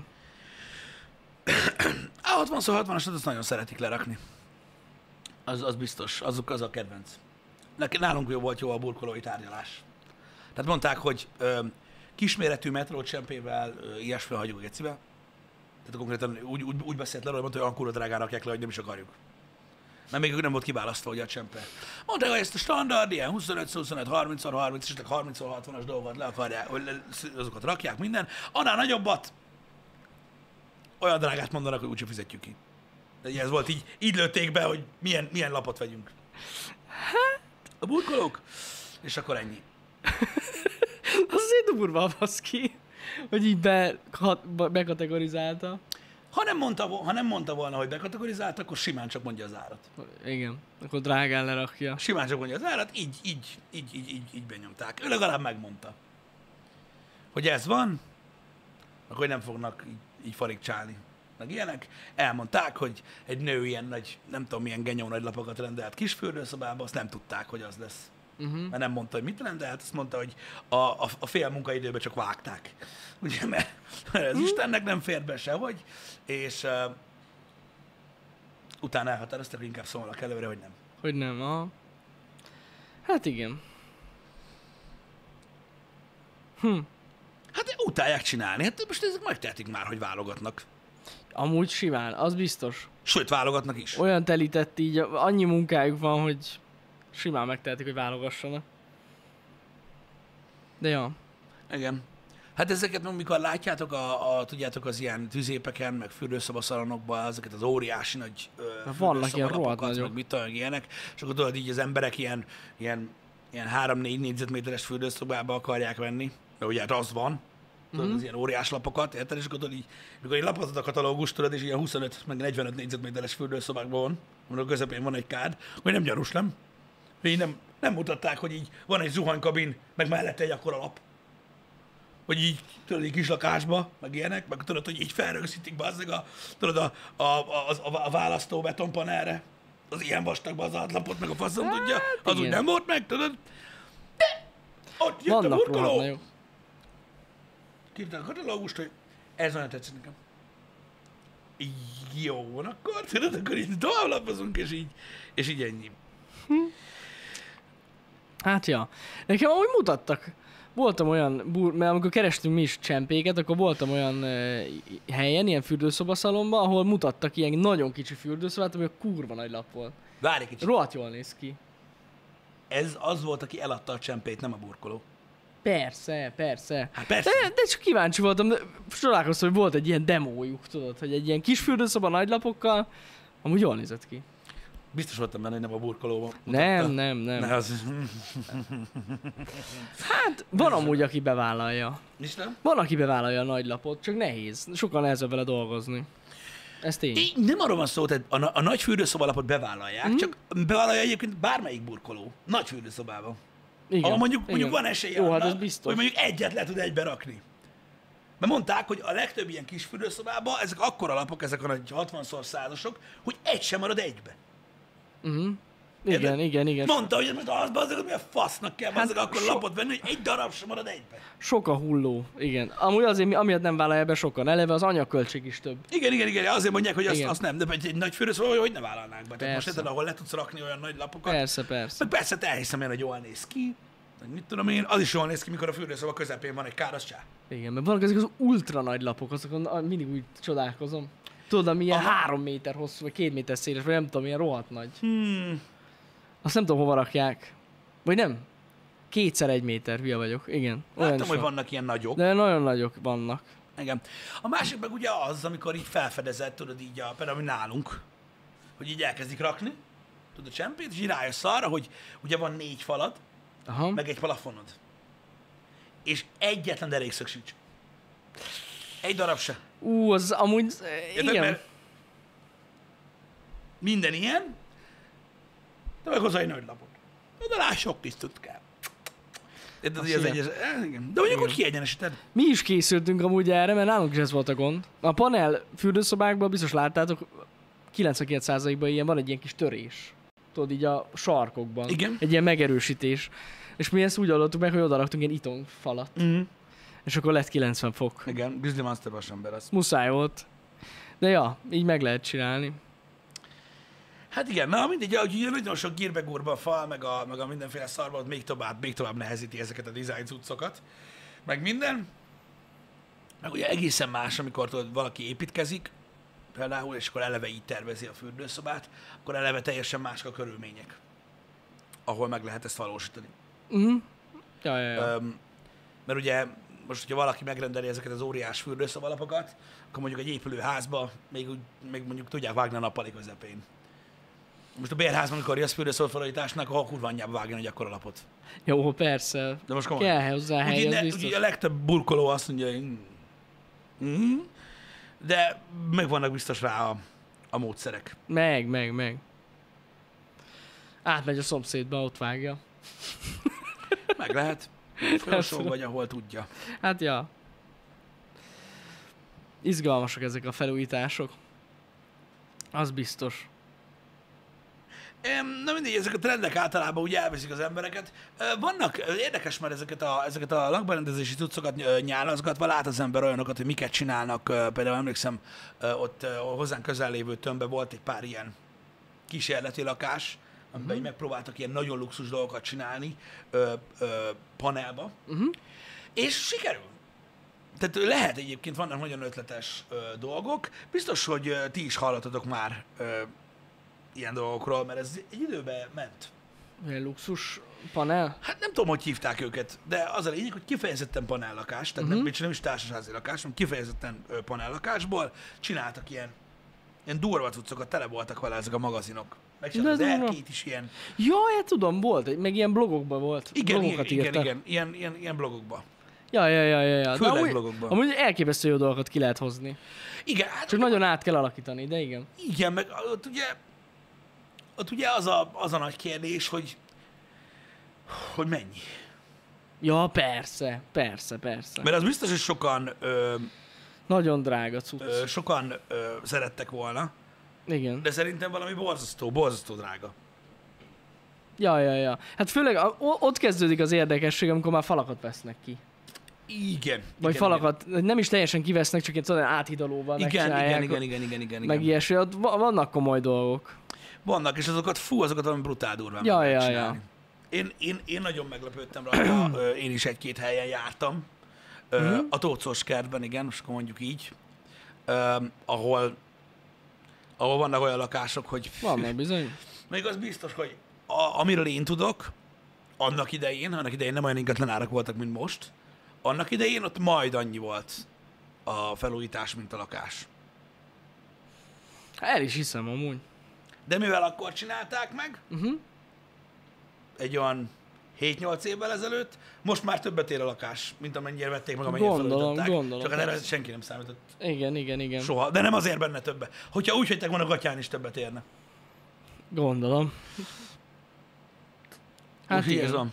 A 60x60-asat azt nagyon szeretik lerakni. Az biztos, az a kedvenc. Nálunk volt jó a burkolói tárgyalás. Tehát mondták, hogy kisméretű metrócsempével ilyesfél hagyjuk gecibe. Tehát konkrétan úgy beszélt le, hogy mondta, hogy olyan kurva drágán rakják le, hogy nem is akarjuk. Mert még nem volt kiválasztva ugye a csempe. Mondták, hogy ezt a standard, ilyen 25x25, 30x30, és 30x60-as dolgokat le akarják, hogy azokat rakják minden. Annál nagyobbat, olyan drágát mondanak, hogy úgyse fizetjük ki. De ez volt így lőtték be, hogy milyen lapot vegyünk. A burkolók, és akkor ennyi. Az azért durva, baszki, hogy így bekategorizálta. Ha nem mondta volna, hogy bekategorizált, akkor simán csak mondja az árat. Igen, akkor drágán lerakja. Simán csak mondja az árat, így benyomták. Ő legalább megmondta, hogy ez van, akkor nem fognak így farigcsálni. Meg ilyenek. Elmondták, hogy egy nő ilyen nagy, nem tudom milyen genyó nagy lapokat rendelt kis fürdőszobába, azt nem tudták, hogy az lesz. Mert nem mondta, hogy mit rendelt, azt mondta, hogy a fél munkaidőben csak vágták. Ugye, mert az Istennek nem fér be sehogy, és utána elhatároztak, hogy inkább szólnak előre, hogy nem. Hogy nem, aha. Hát igen. Hát utálják csinálni, hát most ezek megtehetik már, hogy válogatnak. Amúgy simán, az biztos. Sőt, válogatnak is. Olyan telített így, annyi munkájuk van, hogy simán megtehetik, hogy válogassanak. De ja. Igen. Hát ezeket, amikor látjátok tudjátok, az ilyen tüzépeken, meg fürdőszobaszalonokban, ezeket az óriási nagy vannak ilyen rohadt fürdőszobalapokat, nagyok. meg mit tudom, ilyenek, és akkor tudod, így az emberek ilyen 3-4 négyzetméteres fürdőszobába akarják venni, mert ugye hát az van, tudod, az ilyen óriás lapokat, érted? És akkor tudod így, mikor így lapozod a katalógust, tudod, és ilyen 25, meg 45 négyzetméteres fürdőszobákban van, amikor a közepén van egy kád, hogy nem gyanús, nem? Hogy így nem mutatták, hogy így van egy zuhanykabin, meg mellette egy akkora lap. Vagy így, tudod, egy kis lakásba, meg ilyenek, meg tudod, hogy így felrögzítik be a választó betonpanelre, az ilyen vastagba az átlapot, meg a faszom tudja, az úgy igen. nem volt meg, tudod? De ott jött a Vannak rohadt burkoló, nagyok. kívták a katalógust, hogy ez nagyon tetszik nekem. Jó van akkor, tudod, akkor így tovább lapozunk, és így ennyi. Hát ja. Nekem amúgy mutattak. Voltam olyan, mert amikor kerestünk mi is csempéket, akkor voltam olyan helyen, ilyen fürdőszobaszalomban, ahol mutattak ilyen nagyon kicsi fürdőszobát, ami a kurva nagy lap volt. Várj egy kicsit, Rohadt jól néz ki. ez az volt, aki eladta a csempét, nem a burkoló. Persze, persze. Hát persze. De csak kíváncsi voltam, de találkoztam, hogy volt egy ilyen demójuk, tudod, hogy egy ilyen kis fürdőszoba nagy lapokkal, amúgy jól nézett ki. Biztos voltam benne, hogy nem a burkolóban Nem. Ne, az... Hát van amúgy, aki bevállalja. És nem? Van, aki bevállalja a nagy lapot, csak nehéz. Sokkal nehezebb vele dolgozni. Ez tény. Nem arról van szó, tehát a nagy fürdőszobalapot bevállalják, csak bevállalja egyébként bármelyik burkoló. Nagy fürdőszobában. Igen. Ahol mondjuk igen. van esélye Jó, hát annak, ez biztos. hogy mondjuk egyet le tud egybe rakni. Mert mondták, hogy a legtöbb ilyen kis fürdőszobában ezek akkora lapok, ezek a nagy 60x100-osok, hogy egy sem marad egybe. Igen. Mondta, hogy most az bazzeg, hogy mi a fasznak kell bazzeg akkor so- lapot venni, hogy egy darab sem marad egybe. Sok a hulló, igen. Amúgy azért, amiatt nem vállalja be sokan. Eleve az anyagköltség is több. Igen, azért mondják, hogy Igen. azt nem, de egy nagy fürdőszoba, hogy ne vállalnák be. Tehát most Persze. érted, ahol le tudsz rakni olyan nagy lapokat. Persze. Meg persze, te elhiszem én, hogy jól néz ki. Meg mit tudom én, az is jól néz ki, mikor a fürdőszoba közepén van egy káros csá. Igen, mert vannak ezek az ultra nagy lapok, azokon mindig úgy csodálkozom. Tudod, ami ilyen 3 méter hosszú, vagy 2 méter széles, vagy nem tudom, ilyen rohadt nagy. Azt nem tudom, hova rakják. Vagy nem? 2x1 méter, hülye vagyok. Igen. Olyan Láttam, is hogy van. vannak ilyen nagyok. De nagyon nagyok vannak. Igen. A másik meg ugye az, amikor így felfedezett, tudod így, például mi nálunk, hogy így elkezdik rakni, tudod a csempét, és így rájössz arra, hogy ugye van 4 falad, Aha. meg egy plafonod. És egyetlen derékszög sincs. Egy darab se. Az amúgy, Érted? igen. Mert minden ilyen, de meg hozzá egy nagy lapot. De rá sok tisztut kell. Érted, hogy ez igen. egyes... igen. De mondjuk úgy kiegyenesíted. Mi is készültünk amúgy erre, mert nálunk is ez volt a gond. A panel fürdőszobákban biztos láttátok, 99%-ban ilyen van egy ilyen kis törés. Tudod, így a sarkokban. Igen. Egy ilyen megerősítés. És mi ezt úgy oldottuk meg, hogy oda raktunk ilyen itongfalat. És akkor lett 90 fok. Igen, Grizzly Monster vasember az. Muszáj volt. De ja, így meg lehet csinálni. Hát igen, na mindegy, ugye nagyon sok gírbegúrba a fal, meg a mindenféle szarba, ott még tovább nehezíti ezeket a design cuccokat, meg minden. Meg ugye egészen más, amikor tudod, valaki építkezik, például, és akkor eleve így tervezi a fürdőszobát, akkor eleve teljesen mások a körülmények, ahol meg lehet ezt valósítani. Ja. Mert ugye most, hogyha valaki megrendeli ezeket az óriás fürdőszobalapokat, akkor mondjuk egy épülőházba még mondjuk tudják vágni a nappali közepén. Most a bérházban, amikor jössz fürdőszobafalításnak, akkor kurva anyjába vágni egy akkora lapot. Jó, persze. De most komolyan. Kell hozzá hely, az biztos. Ugye a legtöbb burkoló azt mondja, hogy de meg vannak biztos rá a módszerek. Meg. Átmegy a szomszédba, ott vágja. Meg lehet. Folyosó vagy, ahol tudja. Hát ja. Izgalmasak ezek a felújítások. Az biztos. Na mindegy, ezek a trendek általában úgy elviszik az embereket. Vannak, érdekes már ezeket a lakberendezési cuccokat nyálazgatva, lát az ember olyanokat, hogy miket csinálnak. Például emlékszem, ott hozzánk közel lévő tömbben volt egy pár ilyen kísérleti lakás, amiben így megpróbáltak ilyen nagyon luxus dolgokat csinálni panelba, és sikerül. tehát lehet egyébként, vannak nagyon ötletes dolgok. Biztos, hogy ti is hallottatok már ilyen dolgokról, mert ez egy időben ment. Ilyen luxus panel? Hát nem tudom, hogy hívták őket, de az a lényeg, hogy kifejezetten panellakás, tehát nem is társasházi lakás, hanem kifejezetten panellakásból csináltak ilyen durva cuccokat, tele voltak vele ezek a magazinok. Meg az erkét is ilyen. Jaj, hát tudom, volt, meg ilyen blogokban volt. Igen, ilyen blogokban. Ja. Főleg blogokban. Amúgy elképesztő jó dolgokat ki lehet hozni. Igen, hát csak nagyon át kell alakítani, de igen. Igen, meg ott ugye az a nagy kérdés, hogy mennyi. Ja, persze. Mert az biztos, hogy sokan nagyon drága cucc. Sokan szerettek volna. Igen. De szerintem valami borzasztó drága. Ja. Hát főleg ott kezdődik az érdekesség, amikor már falakat vesznek ki. Igen. Vagy falakat nem is teljesen kivesznek, csak egy áthidalóval megcsinálják. Igen. Meg ilyesmi, ott vannak komoly dolgok. Vannak, és azokat valami brutál durván Ja. Én nagyon meglepődtem rajta, én is egy-két helyen jártam. A Tócos kertben, igen, most akkor mondjuk így, ahol vannak olyan lakások, hogy... Vannak bizony. Még az biztos, hogy amiről én tudok, annak idején nem olyan ingatlan árak voltak, mint most, annak idején ott majd annyi volt a felújítás, mint a lakás. El is hiszem amúgy. De mivel akkor csinálták meg, egy olyan 7-8 évvel ezelőtt, most már többet ér a lakás, mint amennyire vették meg, amennyire felújították. Gondolom. Csak erre senki nem számított. Igen. Soha, de nem azért benne többe. Hogyha úgy hagyták volna, gatyán is többet érne. Gondolom. Hát így ez van.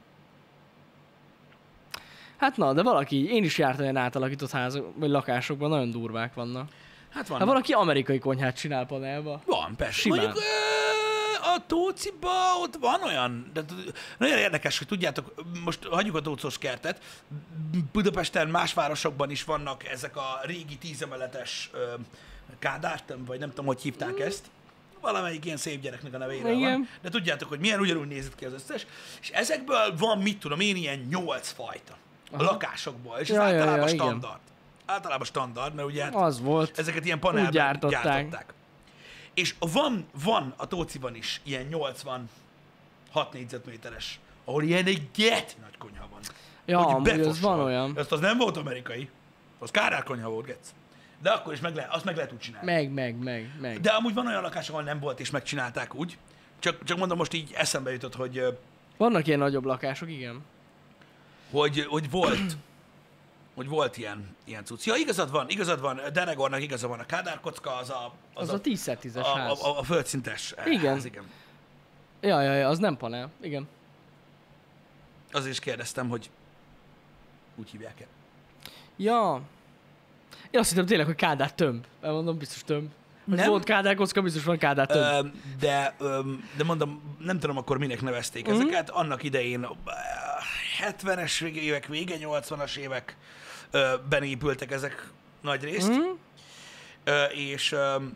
Hát na, de én is jártam olyan átalakított házak, vagy lakásokban, nagyon durvák vannak. Hát van. Hát valaki amerikai konyhát csinál panelba. Van, persze. Simán. Mondjuk a Tóciba ott van olyan, de nagyon érdekes, hogy tudjátok, most hagyjuk a Tócos kertet, Budapesten más városokban is vannak ezek a régi 10 emeletes Kádár, vagy nem tudom, hogy hívták ezt. Valamelyik ilyen szép gyereknek a nevéről van. De tudjátok, hogy milyen ugyanúgy nézett ki az összes. És ezekből van, mit tudom én, ilyen 8 fajta. A lakásokból. És ez általában standard. Igen. Általában standard, mert ugye az volt. Ezeket ilyen panelben gyártották. És van a Tóciban is ilyen 86 négyzetméteres, ahol ilyen egy geti nagy konyha van. Ja, amúgy az van olyan. Ezt az nem volt amerikai. Az Kádár konyha volt, gec. De akkor is azt meg lehet úgy csinálni. Meg. De amúgy van olyan lakás, ahol nem volt, és megcsinálták úgy. Csak mondom, most így eszembe jutott, hogy... Vannak ilyen nagyobb lakások, igen. Hogy volt ilyen cucc. Ja, igazad van, Denegornak igaza van, a Kádár kocka az a 10x10-es ház. A földszintes igen. ház, igen. Ja, az nem panel, igen. Azért is kérdeztem, hogy úgy hívják-e. Ja. Én azt hittem tényleg, hogy Kádár tömb. Elmondom, biztos tömb. Nem. Volt Kádár kocka, biztos van Kádár tömb. De mondom, nem tudom akkor minek nevezték ezeket. Annak idején 70-es évek vége, 80-as években épültek ezek nagy részt. És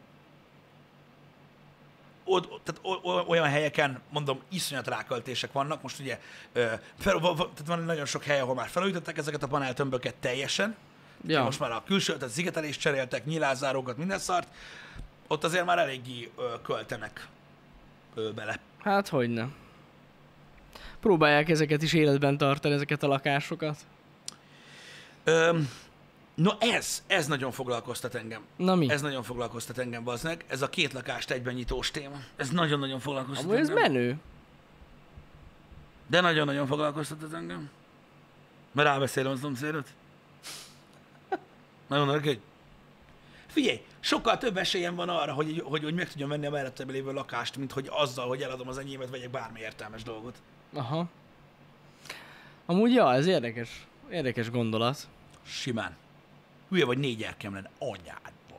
tehát olyan helyeken, mondom, iszonyat ráköltések vannak. Most ugye tehát van nagyon sok hely, ahol már felújították ezeket a paneltömböket teljesen. Ja. Most már a külső, tehát szigetelést cseréltek, nyilászárókat, minden szart. Ott azért már eléggé költenek bele. Hát hogyne. Próbálják ezeket is életben tartani, ezeket a lakásokat. No ez nagyon foglalkoztat engem. Na mi? Ez nagyon foglalkoztat engem, bazdmeg. Ez a 2 lakást egyben nyitós téma. Ez nagyon-nagyon foglalkoztat engem. Ez menő. De nagyon-nagyon foglalkoztat engem. Mert rábeszélem a szomszédot. Nagyon örgöny. Figyelj, sokkal több esélyem van arra, hogy meg tudjam venni a mellettem lévő lakást, mint hogy azzal, hogy eladom az enyémet, vegyek bármi értelmes dolgot. Aha. Amúgy ja, ez érdekes. Érdekes gondolat. Simán. Hülye vagy 4 gyerkem lenne anyádba.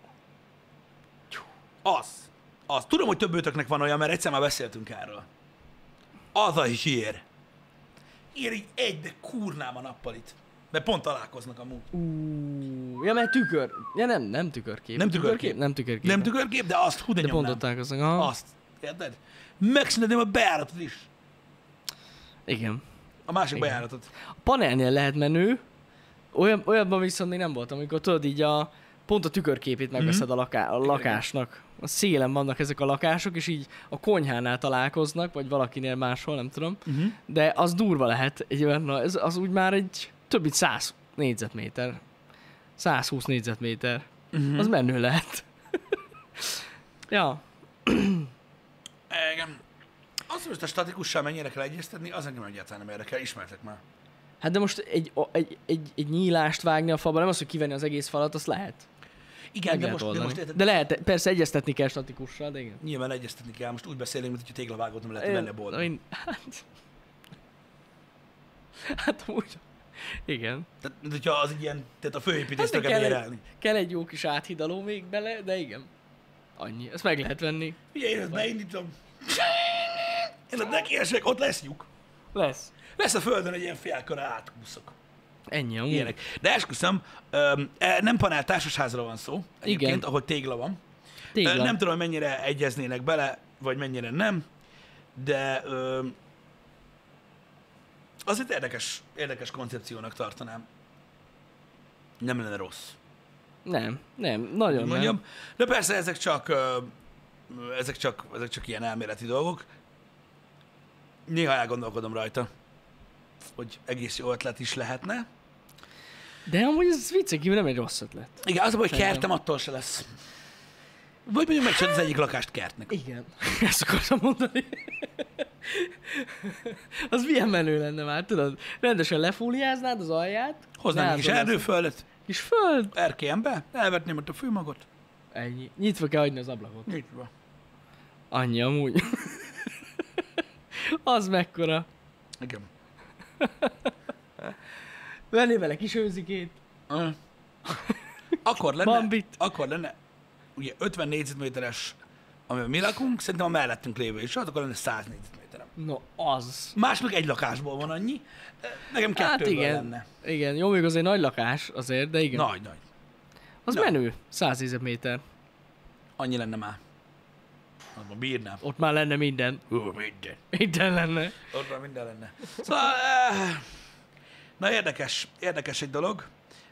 Az. Tudom, hogy több őtöknek van olyan, mert egyszer már beszéltünk erről. Az a hír. Ér így de kúrnám a nappalit. Mert pont találkoznak amúgy. Ja, mert tükör. Ja, nem tükörkép. Nem tükörkép. Nem tükörkép, de azt hú de nyomnám. De pont ott találkoznak. Aha. Azt. Érted? Megszüntetném a bejáratot is. Igen. A másik bejáratot. A panelnél lehet menő, Olyanban viszont még nem voltam, amikor tudod így pont a tükörképét megveszed a lakásnak. A szélen vannak ezek a lakások, és így a konyhánál találkoznak, vagy valakinél máshol, nem tudom. De az durva lehet egy olyan, az úgy már egy több mint 100 négyzetméter. 120 négyzetméter. Az menő lehet. Ja. Igen. Azt most a statikussal mennyire kell egyeztetni, az engem egyáltalán nem érdekel, ismertek már. Hát de most egy nyílást vágni a falba, nem az, hogy kivenni az egész falat, azt lehet. Igen, de most érted, de lehet, persze egyeztetni kell statikussal, de igen. nyilván egyeztetni kell, most úgy beszélünk, mint hogy téglavágót nem lehet venni a boltban. Hát amúgy, igen. Tehát, mint hogyha az egy ilyen, tehát a főépítést kell bérelni. Kell egy jó kis áthidaló még bele, de igen. Annyi, ezt meg lehet venni. Figyelj, én ezt beindítom. Én ott nekiesek, ott lesz lyuk. Lesz. Lesz a földön egy ilyen félkörre átkúszok. Ennyi amúgy. Ilyenek. De esküszöm, nem panel társasházra van szó, egyébként, igen. ahol tégla van. Tégla. Nem tudom, mennyire egyeznének bele, vagy mennyire nem, de azért érdekes koncepciónak tartanám. Nem lenne rossz. Nem, nagyon Mondjam. nem. De persze ezek csak ilyen elméleti dolgok. Néha elgondolkodom rajta, hogy egész jó ötlet is lehetne. De amúgy ez viccen kívül nem egy rossz ötlet. Igen, az a baj, hogy kertem attól se lesz. Vagy mondjuk megcsinálod az egyik lakást kertnek. Igen, ezt akartam mondani. Az milyen menő lenne már, tudod? Rendesen lefóliáznád az alját. Hoznánk egy kis erdőföldet, kis föld. erkélyen be, elvetném ott a fűmagot. Ennyi. Nyitva kell hagyni az ablakot. Nyitva. Annyi amúgy. Az mekkora. Igen. Venné vele kis őzikét. Akkor lenne, ugye 50 négyzetméteres, amiben mi lakunk, szerintem a mellettünk lévő is, akkor lenne 100 négyzetméterem. No, az. Másnak egy lakásból van annyi, nekem kettőből igen. lenne. Igen, jó, még azért nagy lakás azért, de igen. Nagy. Az menő, 100 négyzetméter. Annyi lenne már. Abban bírnám. Ott már lenne minden. Minden. Minden lenne. Ott már minden lenne. Szóval, na érdekes egy dolog.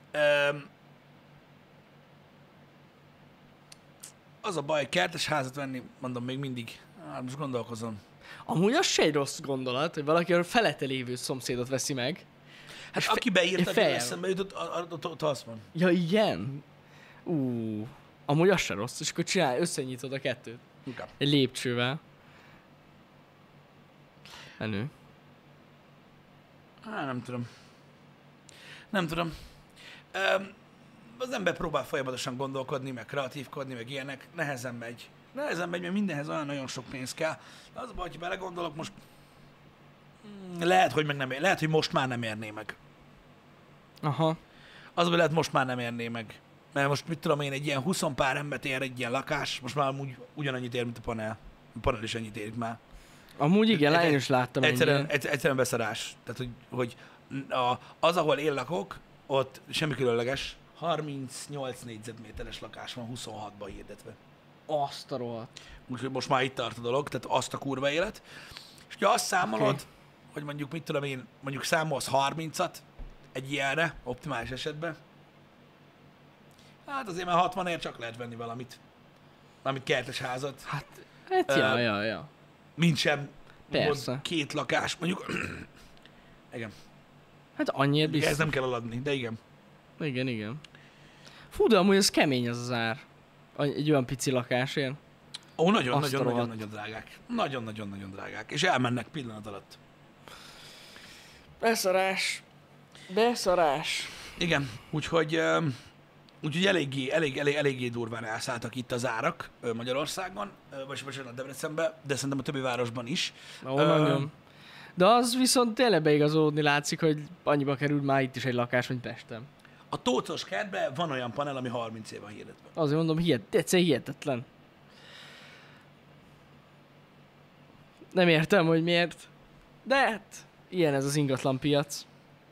Az a baj, kertes házat venni, mondom, még mindig. Most gondolkozom. Amúgy az se egy rossz gondolat, hogy valaki a felette lévő szomszédot veszi meg. Hát aki beírta, fejem. hogy eszembe jutott, ott az van. Ja, igen? Amúgy az se rossz, és akkor összenyitod a kettőt. Inkább. Egy lépcsővel. Menő. Nem tudom. Az ember próbál folyamatosan gondolkodni, meg kreatívkodni, meg ilyenek. Nehezen megy, mert mindenhez olyan nagyon sok pénz kell. De az a baj, hogy belegondolok, most lehet, hogy most már nem érné meg. Aha. Az, hogy lehet, most már nem érné meg. Mert most mit tudom én, egy ilyen 20 pár embert ér egy ilyen lakás, most már amúgy ugyanannyit ér, mint a panel. A panel is ennyit érik már. Amúgy igen, én is láttam egyszerűen beszarás. Tehát, hogy az, ahol én lakok, ott semmi különleges, 38 négyzetméteres lakás van 26-ban hirdetve. Azt a rohadt. Úgyhogy most már itt tart a dolog, tehát azt a kurva élet. És ha azt számolod, hogy mondjuk mit tudom én, mondjuk számolsz 30-at egy ilyenre, optimális esetben, hát azért már 60-ért csak lehet venni valamit kertes házat. Hát ja. Mint sem Persze. Mond, 2 lakás, mondjuk. Igen. Hát annyiért biztos. Ez nem kell eladni, de igen. Igen. Fú, de amúgy ez kemény az ár. Egy olyan pici lakásért. Ó, nagyon drágák. Nagyon drágák. És elmennek pillanat alatt. Beszarás. Igen, úgyhogy eléggé durván elszálltak itt az árak Magyarországon, vagy Debrecenben, de szerintem a többi városban is. Nagyon. De az viszont tényleg beigazolódni látszik, hogy annyiba kerül már itt is egy lakás, mint Pesten. A Tócos kertben van olyan panel, ami 30 év van hirdetve. Azért mondom, egyszerűen hihetetlen. Nem értem, hogy miért. De hát, ilyen ez az ingatlan piac.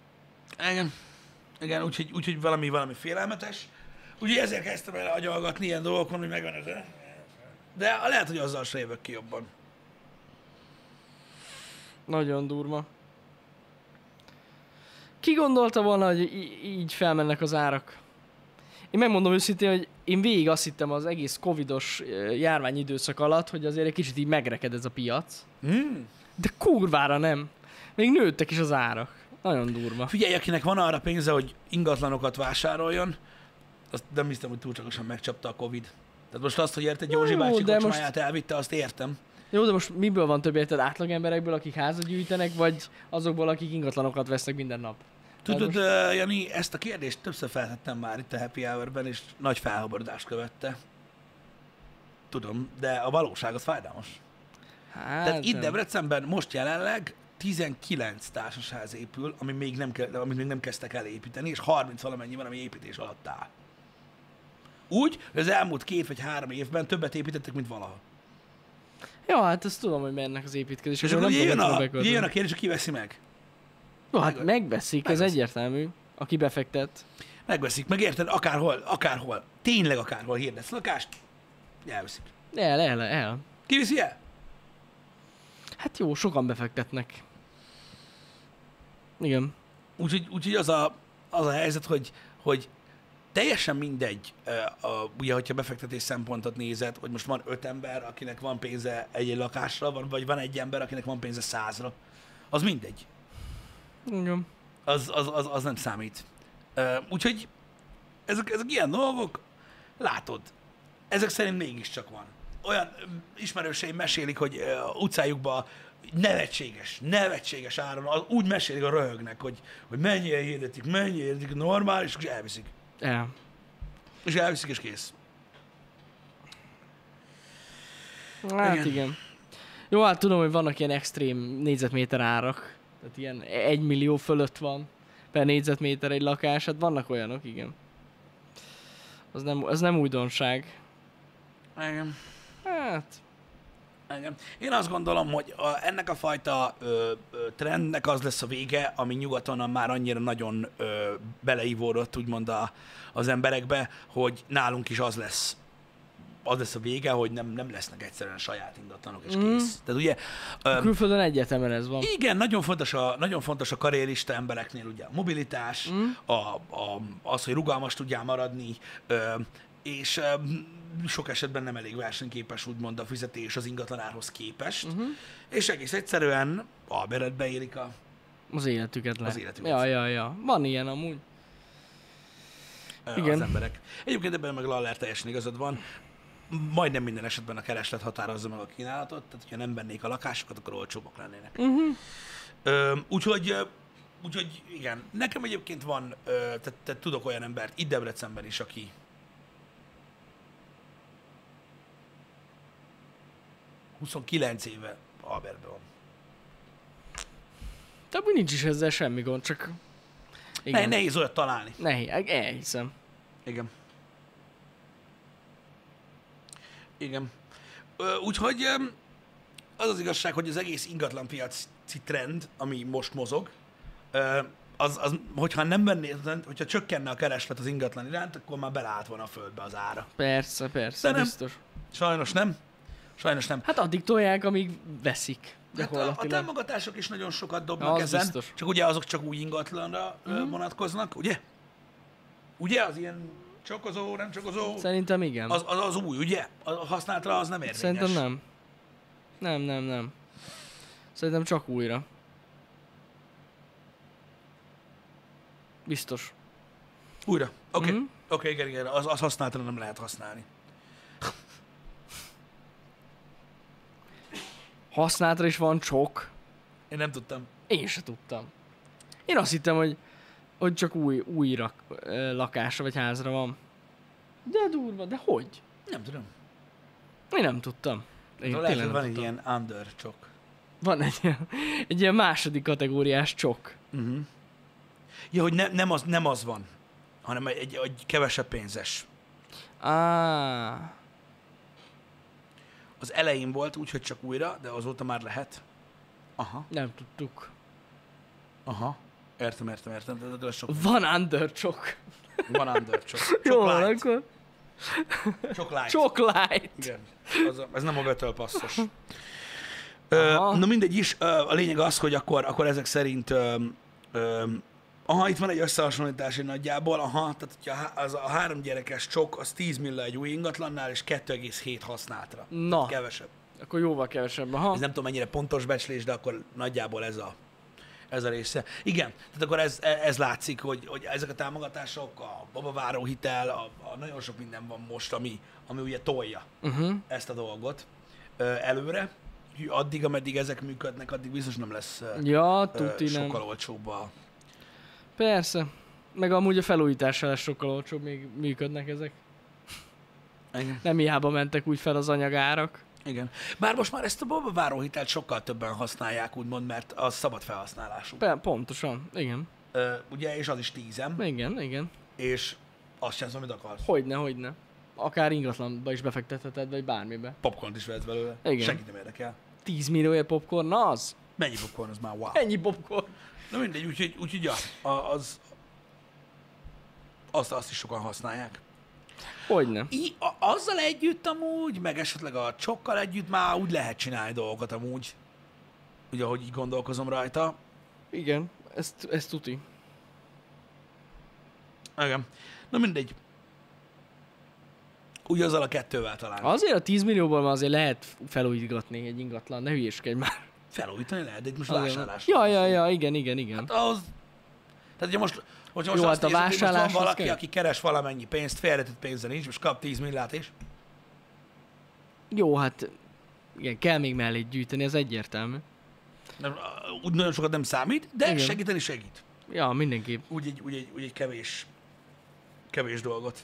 Igen, úgyhogy valami félelmetes. Úgyhogy ezért kezdtem el agyalgatni ilyen dolgokon, hogy megvan ez. De lehet, hogy azzal se jövök ki jobban. Nagyon durva. Ki gondolta volna, hogy így felmennek az árak? Én megmondom őszintén, hogy én végig azt hittem az egész covidos járványidőszak alatt, hogy azért egy kicsit így megreked ez a piac. De kurvára nem. Még nőttek is az árak. Nagyon durva. Figyelj, akinek van arra pénze, hogy ingatlanokat vásároljon, azt nem hiszem, hogy túlságosan megcsapta a Covid. Tehát most azt, hogy érted, Józsi Jó, bácsi de kocsmáját elvitte, azt értem. Jó, de most miből van több érted? Átlag emberekből, akik házat gyűjtenek, vagy azokból, akik ingatlanokat vesznek minden nap? Tudod, Jani, ezt a kérdést többször feltettem már itt a Happy Hour-ben, és nagy felhaborodást követte. Tudom, de a valóság az fájdalmas. Hát, Tehát itt Debrecenben most jelenleg 19 társasház épül, amit még nem kezdtek el építeni, és 30 valamennyi van, ami építés alatt áll. Úgy, hogy az elmúlt 2 vagy 3 évben többet építettek, mint valaha. Ja, hát ezt tudom, hogy mennek az építkezések. És akkor ugye jön a kérdés, hogy ki veszi meg. Jó, hát megveszik, ez egyértelmű. Aki befektet. Megveszik, meg érted, akárhol, tényleg akárhol hirdetsz lakást, elveszik. El. Ki viszi el? Hát jó, sokan befektetnek. Igen. Úgyhogy az a helyzet, hogy teljesen mindegy, ugye, hogyha befektetés szempontot nézed, hogy most van 5 ember, akinek van pénze egy lakásra, vagy van egy ember, akinek van pénze 100-ra. Az mindegy. Igen. Az nem számít. Úgyhogy ezek ilyen dolgok, látod, ezek szerint mégiscsak van. Olyan ismerőseim mesélik, hogy utcájukban nevetséges áron, úgy mesélik, a röhögnek, hogy mennyire hirdetik, normális, és elviszik. El. És elviszik, és kész. Hát igen. Jó, hát tudom, hogy vannak ilyen extrém négyzetméter árak. Tehát ilyen 1 millió fölött van per négyzetméter egy lakás. Hát vannak olyanok, igen. Az nem újdonság. Igen. Hát... Igen. Én azt gondolom, hogy ennek a fajta trendnek az lesz a vége, ami nyugaton már annyira nagyon beleivódott úgymond az emberekbe, hogy nálunk is az lesz a vége, hogy nem lesznek egyszerűen saját ingatlanok, és kész. Tehát ugye... Külföldön egyértelműen ez van. Igen, nagyon fontos a karrierista embereknél ugye a mobilitás, az, hogy rugalmas tudjál maradni, és sok esetben nem elég versenyképes úgymond a fizetés az ingatlanárhoz képest, és egész egyszerűen albérletbe érik az életüket le. Az életüket. Ja. Van ilyen amúgy. Igen. Az emberek. Egyébként ebben meg Laller teljesen igazad van. Majdnem minden esetben a kereslet határozza meg a kínálatot, tehát hogyha nem vennék a lakásokat, akkor olcsóbbak lennének. Úgyhogy igen, nekem egyébként van, tehát tudok olyan embert itt Debrecenben is, aki 29 éve alberben van. De úgy nincs is ezzel semmi gond, csak... Igen. Nehéz olyat találni. Nehéz, elhiszem. Igen. Úgyhogy az igazság, hogy az egész ingatlanpiaci trend, ami most mozog, az hogyha nem vennéd, hogyha csökkenne a kereslet az ingatlan iránt, akkor már beleállt volna a földbe az ára. Persze, De nem. biztos. Sajnos nem. Hát addig tolják, amíg veszik. Hát a támogatások is nagyon sokat dobnak ezen. Biztos. Csak ugye azok csak új ingatlanra vonatkoznak, ugye? Ugye az ilyen csokozó, nem csokozó? Szerintem igen. Az új, ugye? A használatra az nem érvényes. Szerintem nem. Szerintem csak újra. Biztos. Újra. Oké, igen. Az használatra nem lehet használni. Használatra is van csok. Én nem tudtam. Én se tudtam. Én azt hittem, hogy csak új lakásra vagy házra van. De durva, de hogy? Nem tudom. Én nem tudtam. Lehet, hogy van egy ilyen under csok. Van egy ilyen második kategóriás csok. Ja, hogy nem az van, hanem egy kevesebb pénzes. Az elején volt úgy, hogy csak újra, de azóta már lehet. Aha. Nem tudtuk. Aha. Értem. De sok. Van under csok. Van under csok. Jó, akkor. Csok light. Igen. Ez nem a Betel passzos. Na mindegy is, a lényeg az, hogy akkor ezek szerint Aha, itt van egy összehasonlítás nagyjából, aha, tehát hogyha a 3 gyerekes csok, az 10 millió egy új ingatlannál, és 2,7 használatra. Na. Tehát kevesebb. Akkor jóval kevesebb. Aha. Ez nem tudom mennyire pontos becslés, de akkor nagyjából ez a része. Igen, tehát akkor ez látszik, hogy ezek a támogatások, a babaváró hitel, a nagyon sok minden van most, ami ugye tolja ezt a dolgot előre. Addig, ameddig ezek működnek, addig biztos nem lesz Ja, tuti nem. sokkal olcsóbb a... Persze. Meg amúgy a felújítással lesz sokkal olcsóbb, még működnek ezek. Igen. Nem hiába mentek úgy fel az anyagárak. Igen. Bár most már ezt a babaváró hitelt sokkal többen használják, úgymond, mert az szabad felhasználású. Pontosan, igen. Ugye, és az is 10, Igen. és azt sem amit akarsz. Hogyne. Akár ingatlanba is befektetheted, vagy bármibe. Popcornt is vehetsz belőle. Igen. Senkit nem érdekel. 10 millióért popcorn, na az? Mennyi popcorn, az már wow. Ennyi popcorn. Na mindegy, úgyhogy ja, azt is sokan használják. Hogyne. Azzal együtt amúgy, meg esetleg a csokkal együtt már úgy lehet csinálni dolgokat amúgy. Ugye, ahogy így gondolkozom rajta. Igen, ez tuti. Igen. Na mindegy. Úgy azzal a 2-vel talán. Azért a 10 millióból már azért lehet felújítgatni egy ingatlan, ne hülyéskedj már. Felújítani lehet, de itt most Azért. vásárlás. Ja, igen. Hát az... Tehát ugye most Jó, azt hát a nézed, hogy most van vásárláshoz valaki, kell. aki keres valamennyi pénzt, félretett pénze nincs, most kap 10 millát is. Jó, hát igen, kell még mellé gyűjteni, ez egyértelmű. Nem, úgy nagyon sokat nem számít, de Igen. segíteni segít. Ja, mindenképp. Úgy egy kevés dolgot.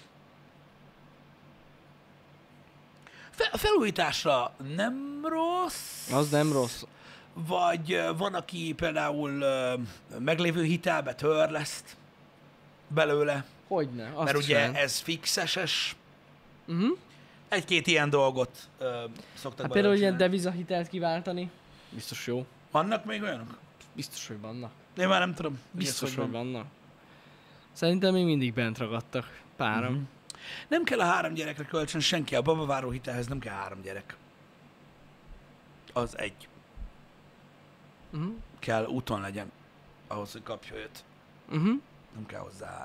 A felújításra nem rossz. Az nem rossz. Vagy van, aki például meglévő hitelbe törleszt belőle, Hogyne, azt mert is ugye lehet. ez fixeses. Uh-huh. Egy-két ilyen dolgot szoktak Hát például belőle ilyen csinálni. devizahitelt kiváltani. Biztos jó. Vannak még olyanok? Biztos, hogy vannak. Én már nem tudom. Biztos, hogy vannak. Szerintem még mindig bent ragadtak páram. Mhm. Nem kell a 3 gyerekre kölcsön senki, a babaváró hitelhez nem kell 3 gyerek. Az egy. Uh-huh. Kell úton legyen, ahhoz, hogy kapja őt. Uh-huh. Nem kell hozzá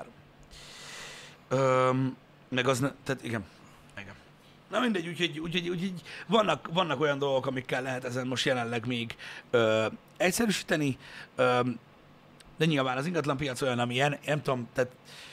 3. Meg az, tehát igen. Na mindegy, úgyhogy vannak olyan dolgok, amikkel lehet ezen most jelenleg még egyszerűsíteni, de nyilván az ingatlanpiac olyan, amilyen, nem tudom, tehát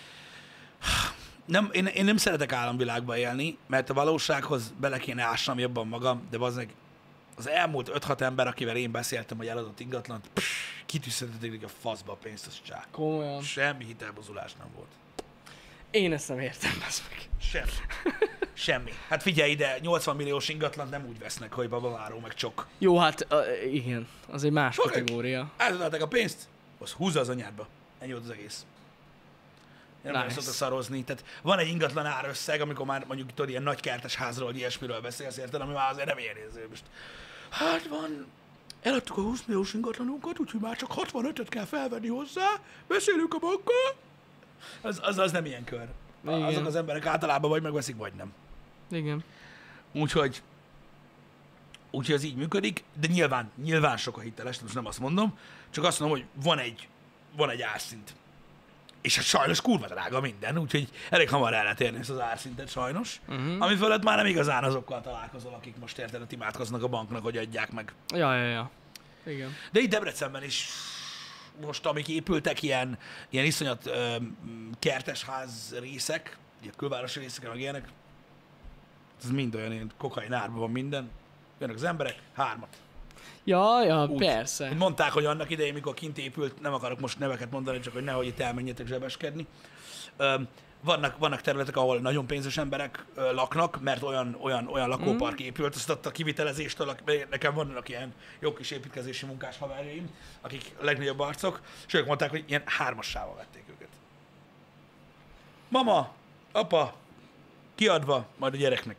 én nem szeretek államvilágba élni, mert a valósághoz bele kéne ásnom jobban magam, de az elmúlt 5-6 ember, akivel én beszéltem, hogy eladott ingatlant, kitűzhetették a faszba a pénzt, az csák. Komolyan. Semmi hitelbozulás nem volt. Én ezt nem értem, ez meg. Semmi. Hát figyelj ide, 80 milliós ingatlant nem úgy vesznek, hogy babaváró meg csok. Jó, hát igen, az egy más Oké. kategória. Átadták a pénzt, az húzza az anyádba. Ennyi volt az egész. Nem Nice. szoktak szarozni. Tehát van egy ingatlan árösszeg, amikor már mondjuk tudod, ilyen nagykertes házról, vagy ilyesmiről beszélsz, érted, ami már azért nem éréző most. Hát van, eladtuk a 20 milliós ingatlanunkat, úgyhogy már csak 65-öt kell felvenni hozzá, beszélünk a bankkal. Az nem ilyen kör. Igen. Azok az emberek általában vagy megveszik, vagy nem. Igen. Úgyhogy ez így működik, de nyilván sok a hiteles, most nem azt mondom, csak azt mondom, hogy van egy árszint. És hát sajnos kurva drága minden, úgyhogy elég hamar el lehet érni ezt az árszintet sajnos, ami fölött már nem igazán azokkal találkozol, akik most érted, imádkoznak a banknak, hogy adják meg. Ja. Igen. De itt Debrecenben is most, amik épültek, ilyen iszonyat kertesház részek, ilyen külvárosi részek, meg ilyenek, ez mind olyan ilyen kokain árban van minden. Jönnek az emberek, 3. Ja, Úgy. persze. Mondták, hogy annak idején, mikor kint épült, nem akarok most neveket mondani, csak hogy nehogy itt elmenjetek zsebeskedni. Vannak területek, ahol nagyon pénzes emberek laknak, mert olyan lakópark épült, azt a kivitelezéstől, nekem vannak ilyen jó kis építkezési munkás haverjaim, akik a legnagyobb arcok, és ők mondták, hogy ilyen 3-assával vették őket. Mama, apa, kiadva, majd a gyereknek.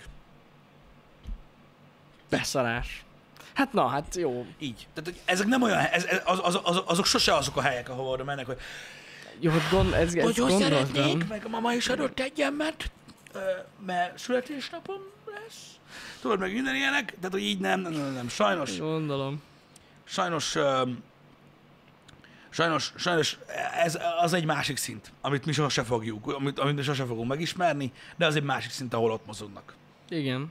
Beszarás. Hát jó. Így. Tehát hogy ezek nem olyan, azok sose azok a helyek, ahova oda mennek, hogy Jó, hogy ez nagyon gondoltam. szeretnék, meg a mama is adott egy ilyenet, mert születésnapom lesz. Tudod, meg minden ilyenek, tehát hogy így nem. Sajnos, Gondolom. sajnos Sajnos ez az egy másik szint, amit mi sose fogjuk, amit mi sose fogunk megismerni, de az egy másik szint, ahol ott mozognak. Igen.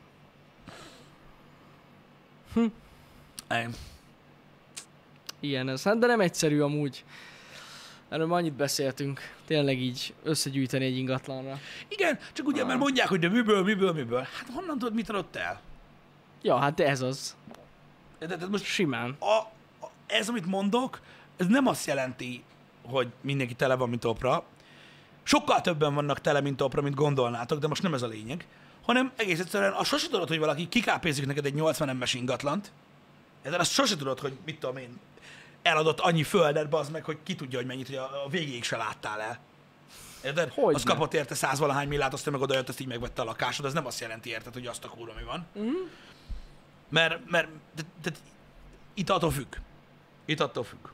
Ej. Ilyen ez. Hát de nem egyszerű amúgy. Erről már annyit beszéltünk. Tényleg így összegyűjteni egy ingatlanra. Igen, csak ugye mert mondják, hogy de miből. Hát honnan tudod, mit adott el? Ja, hát ez az. De most Simán. ez, amit mondok, ez nem azt jelenti, hogy mindenki tele van, mint opra. Sokkal többen vannak tele, mint opra, mint gondolnátok, de most nem ez a lényeg. Hanem egész egyszerűen azt sose tudod, hogy valaki kikápézik neked egy 80 M-es ingatlant, de azt sose tudod, hogy mit tudom én, eladott annyi földet, bazd meg, hogy ki tudja, hogy mennyit, hogy a végéig se láttál el. Érted? Hogyne. Azt kapott érte 100-valahány millát, aztán meg odajött, azt így megvette a lakásod, az nem azt jelenti érted, hogy azt a kurva mi van. Mert de itt attól függ. Itt attól függ.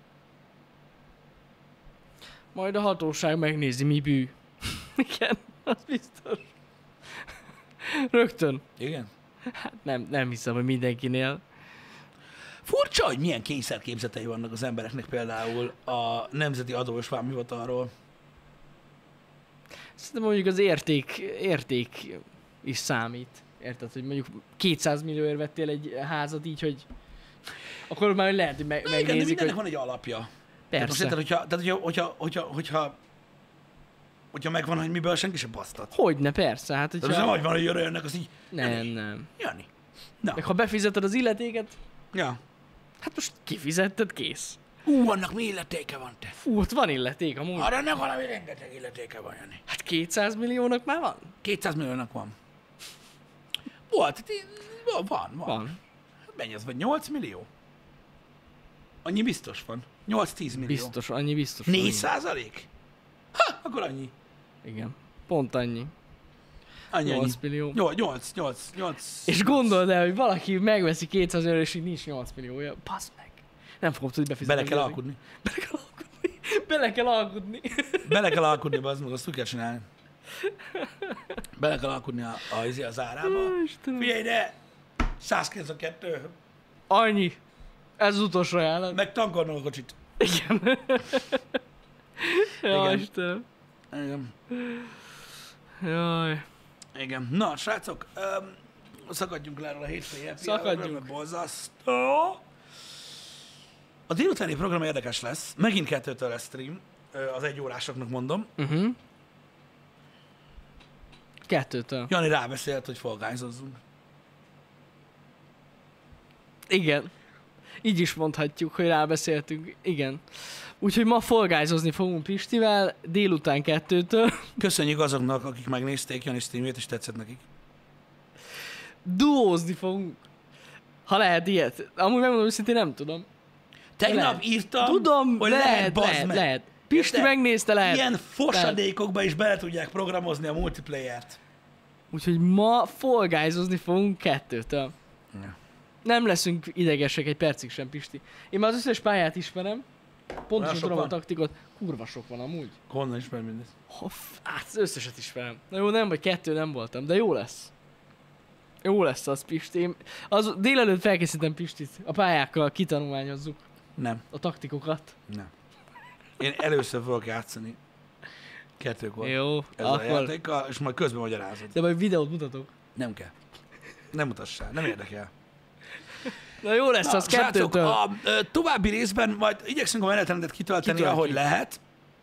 Majd a hatóság megnézi, mi bű. Igen, az biztos. Rögtön. Igen? Hát nem hiszem, hogy mindenkinél. Furcsa, hogy milyen kényszerképzetei vannak az embereknek például a Nemzeti Adó és Vámhivatalról. Szerintem mondjuk az érték is számít. Érted, hogy mondjuk 200 millióért vettél egy házat így, hogy akkor már lehet, hogy Igen, de megnézik, mindennek hogy van egy alapja. persze. Hogyha megvan, hogy miből senki sem basztat. Hogyne, persze. Hát, Tehát az nem, hogy van, hogy jönnek, az így... Nem. Jani. Na. Meg ha befizeted az illetéket, Ja. hát most kifizetted, kész. Annak mi illetéke van te? Fú, ott van illeték amúgy. Arra nem valami rengeteg illetéke van, Jani. Hát 200 milliónak már van? 200 milliónak van. Volt, van. Van. Mennyi az, vagy 8 millió? Annyi biztos van. 8-10 millió. Biztos, annyi biztos. 4%? Ha, akkor annyi. Igen. Pont annyi. Annyi. 8 millió. 8. És gondold el, hogy valaki megveszi 200 euró, és így nincs 8 milliója. Passz meg. Nem fogom tudni befizetni. Bele kell alkudni. Bele kell alkudni. Bele kell alkudni, bazd meg, azt úgy kell csinálni. Bele kell alkudni az árába. Figyelj ide! 192. Annyi. Ez az utolsó ajánlat. Meg tankolnom a kocsit. Igen. Jaj, Igen. Istenem. Igen. Jaj. Igen. Na, srácok, szakadjunk le erről a hétfői Szakadjunk. mert borzasztó. A délutáni program érdekes lesz. Megint 2-től lesz stream. Az 1 órásoknak mondom. 2-től. Jani rábeszélt, hogy Fall Guys-ozzunk. Igen. Így is mondhatjuk, hogy rábeszéltünk. Igen. Úgyhogy ma Fall Guys-ozni fogunk Pistivel, délután 2-től. Köszönjük azoknak, akik megnézték Jani streamjét, és tetszett nekik. Duózni fogunk. Ha lehet ilyet. Amúgy megmondom, hogy szintén nem tudom. Tegnap Lehet. írtam, Tudom, hogy lehet, bazd meg. lehet. Pisti Érted? megnézte, lehet. Ilyen fosadékokba is bele tudják programozni a multiplayert. Úgyhogy ma Fall Guys-ozni fogunk 2-től. Ja. Nem leszünk idegesek egy percig sem, Pisti. Én már az összes pályát ismerem. Pontosan sok tudom a van? taktikot. Kurva sok van amúgy. Honnan ismer mindezt? Hát az összeset ismerem. Na jó, nem, vagy 2 nem voltam, de jó lesz. Jó lesz az, Pisti. Az délelőtt felkészítem Pistit. A pályákkal kitanulmányozzuk Nem. a taktikokat. Nem. Én először fogok játszani 2-kor. Jó, Ez a akkor. játékkal, és majd közben magyarázod. De majd videót mutatok. Nem kell. Nem mutassál, nem érdekel. Na jó lesz az srácok, 2-től. a további részben majd igyekszünk a menetrendet kitölteni, ahogy lehet.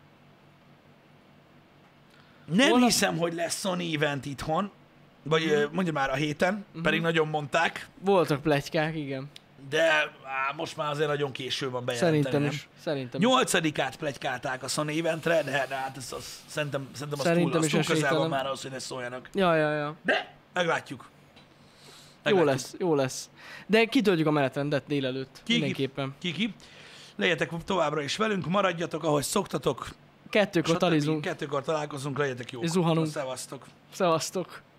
Nem Holnap- hiszem, hogy lesz Sony event itthon, vagy mondja már a héten, pedig nagyon mondták, Voltak pletykák, igen. de most már azért nagyon késő van bejelenteni. Szerintem nem? is. Szerintem. 8-át pletykálták a Sony eventre, de hát szerintem az Szerintem túl, is az túl közel van esélytelen. már ahhoz, hogy ne szóljanak. Ja. De meglátjuk. Jó lesz. De kitöltjük a menetrendet délelőtt. Mindenképpen. Kiki. Legyetek továbbra is velünk, maradjatok, ahogy szoktatok. 2-kor talizunk. 2-kor találkozunk, legyetek jók. És zuhanunk. Szevasztok. Szevasztok.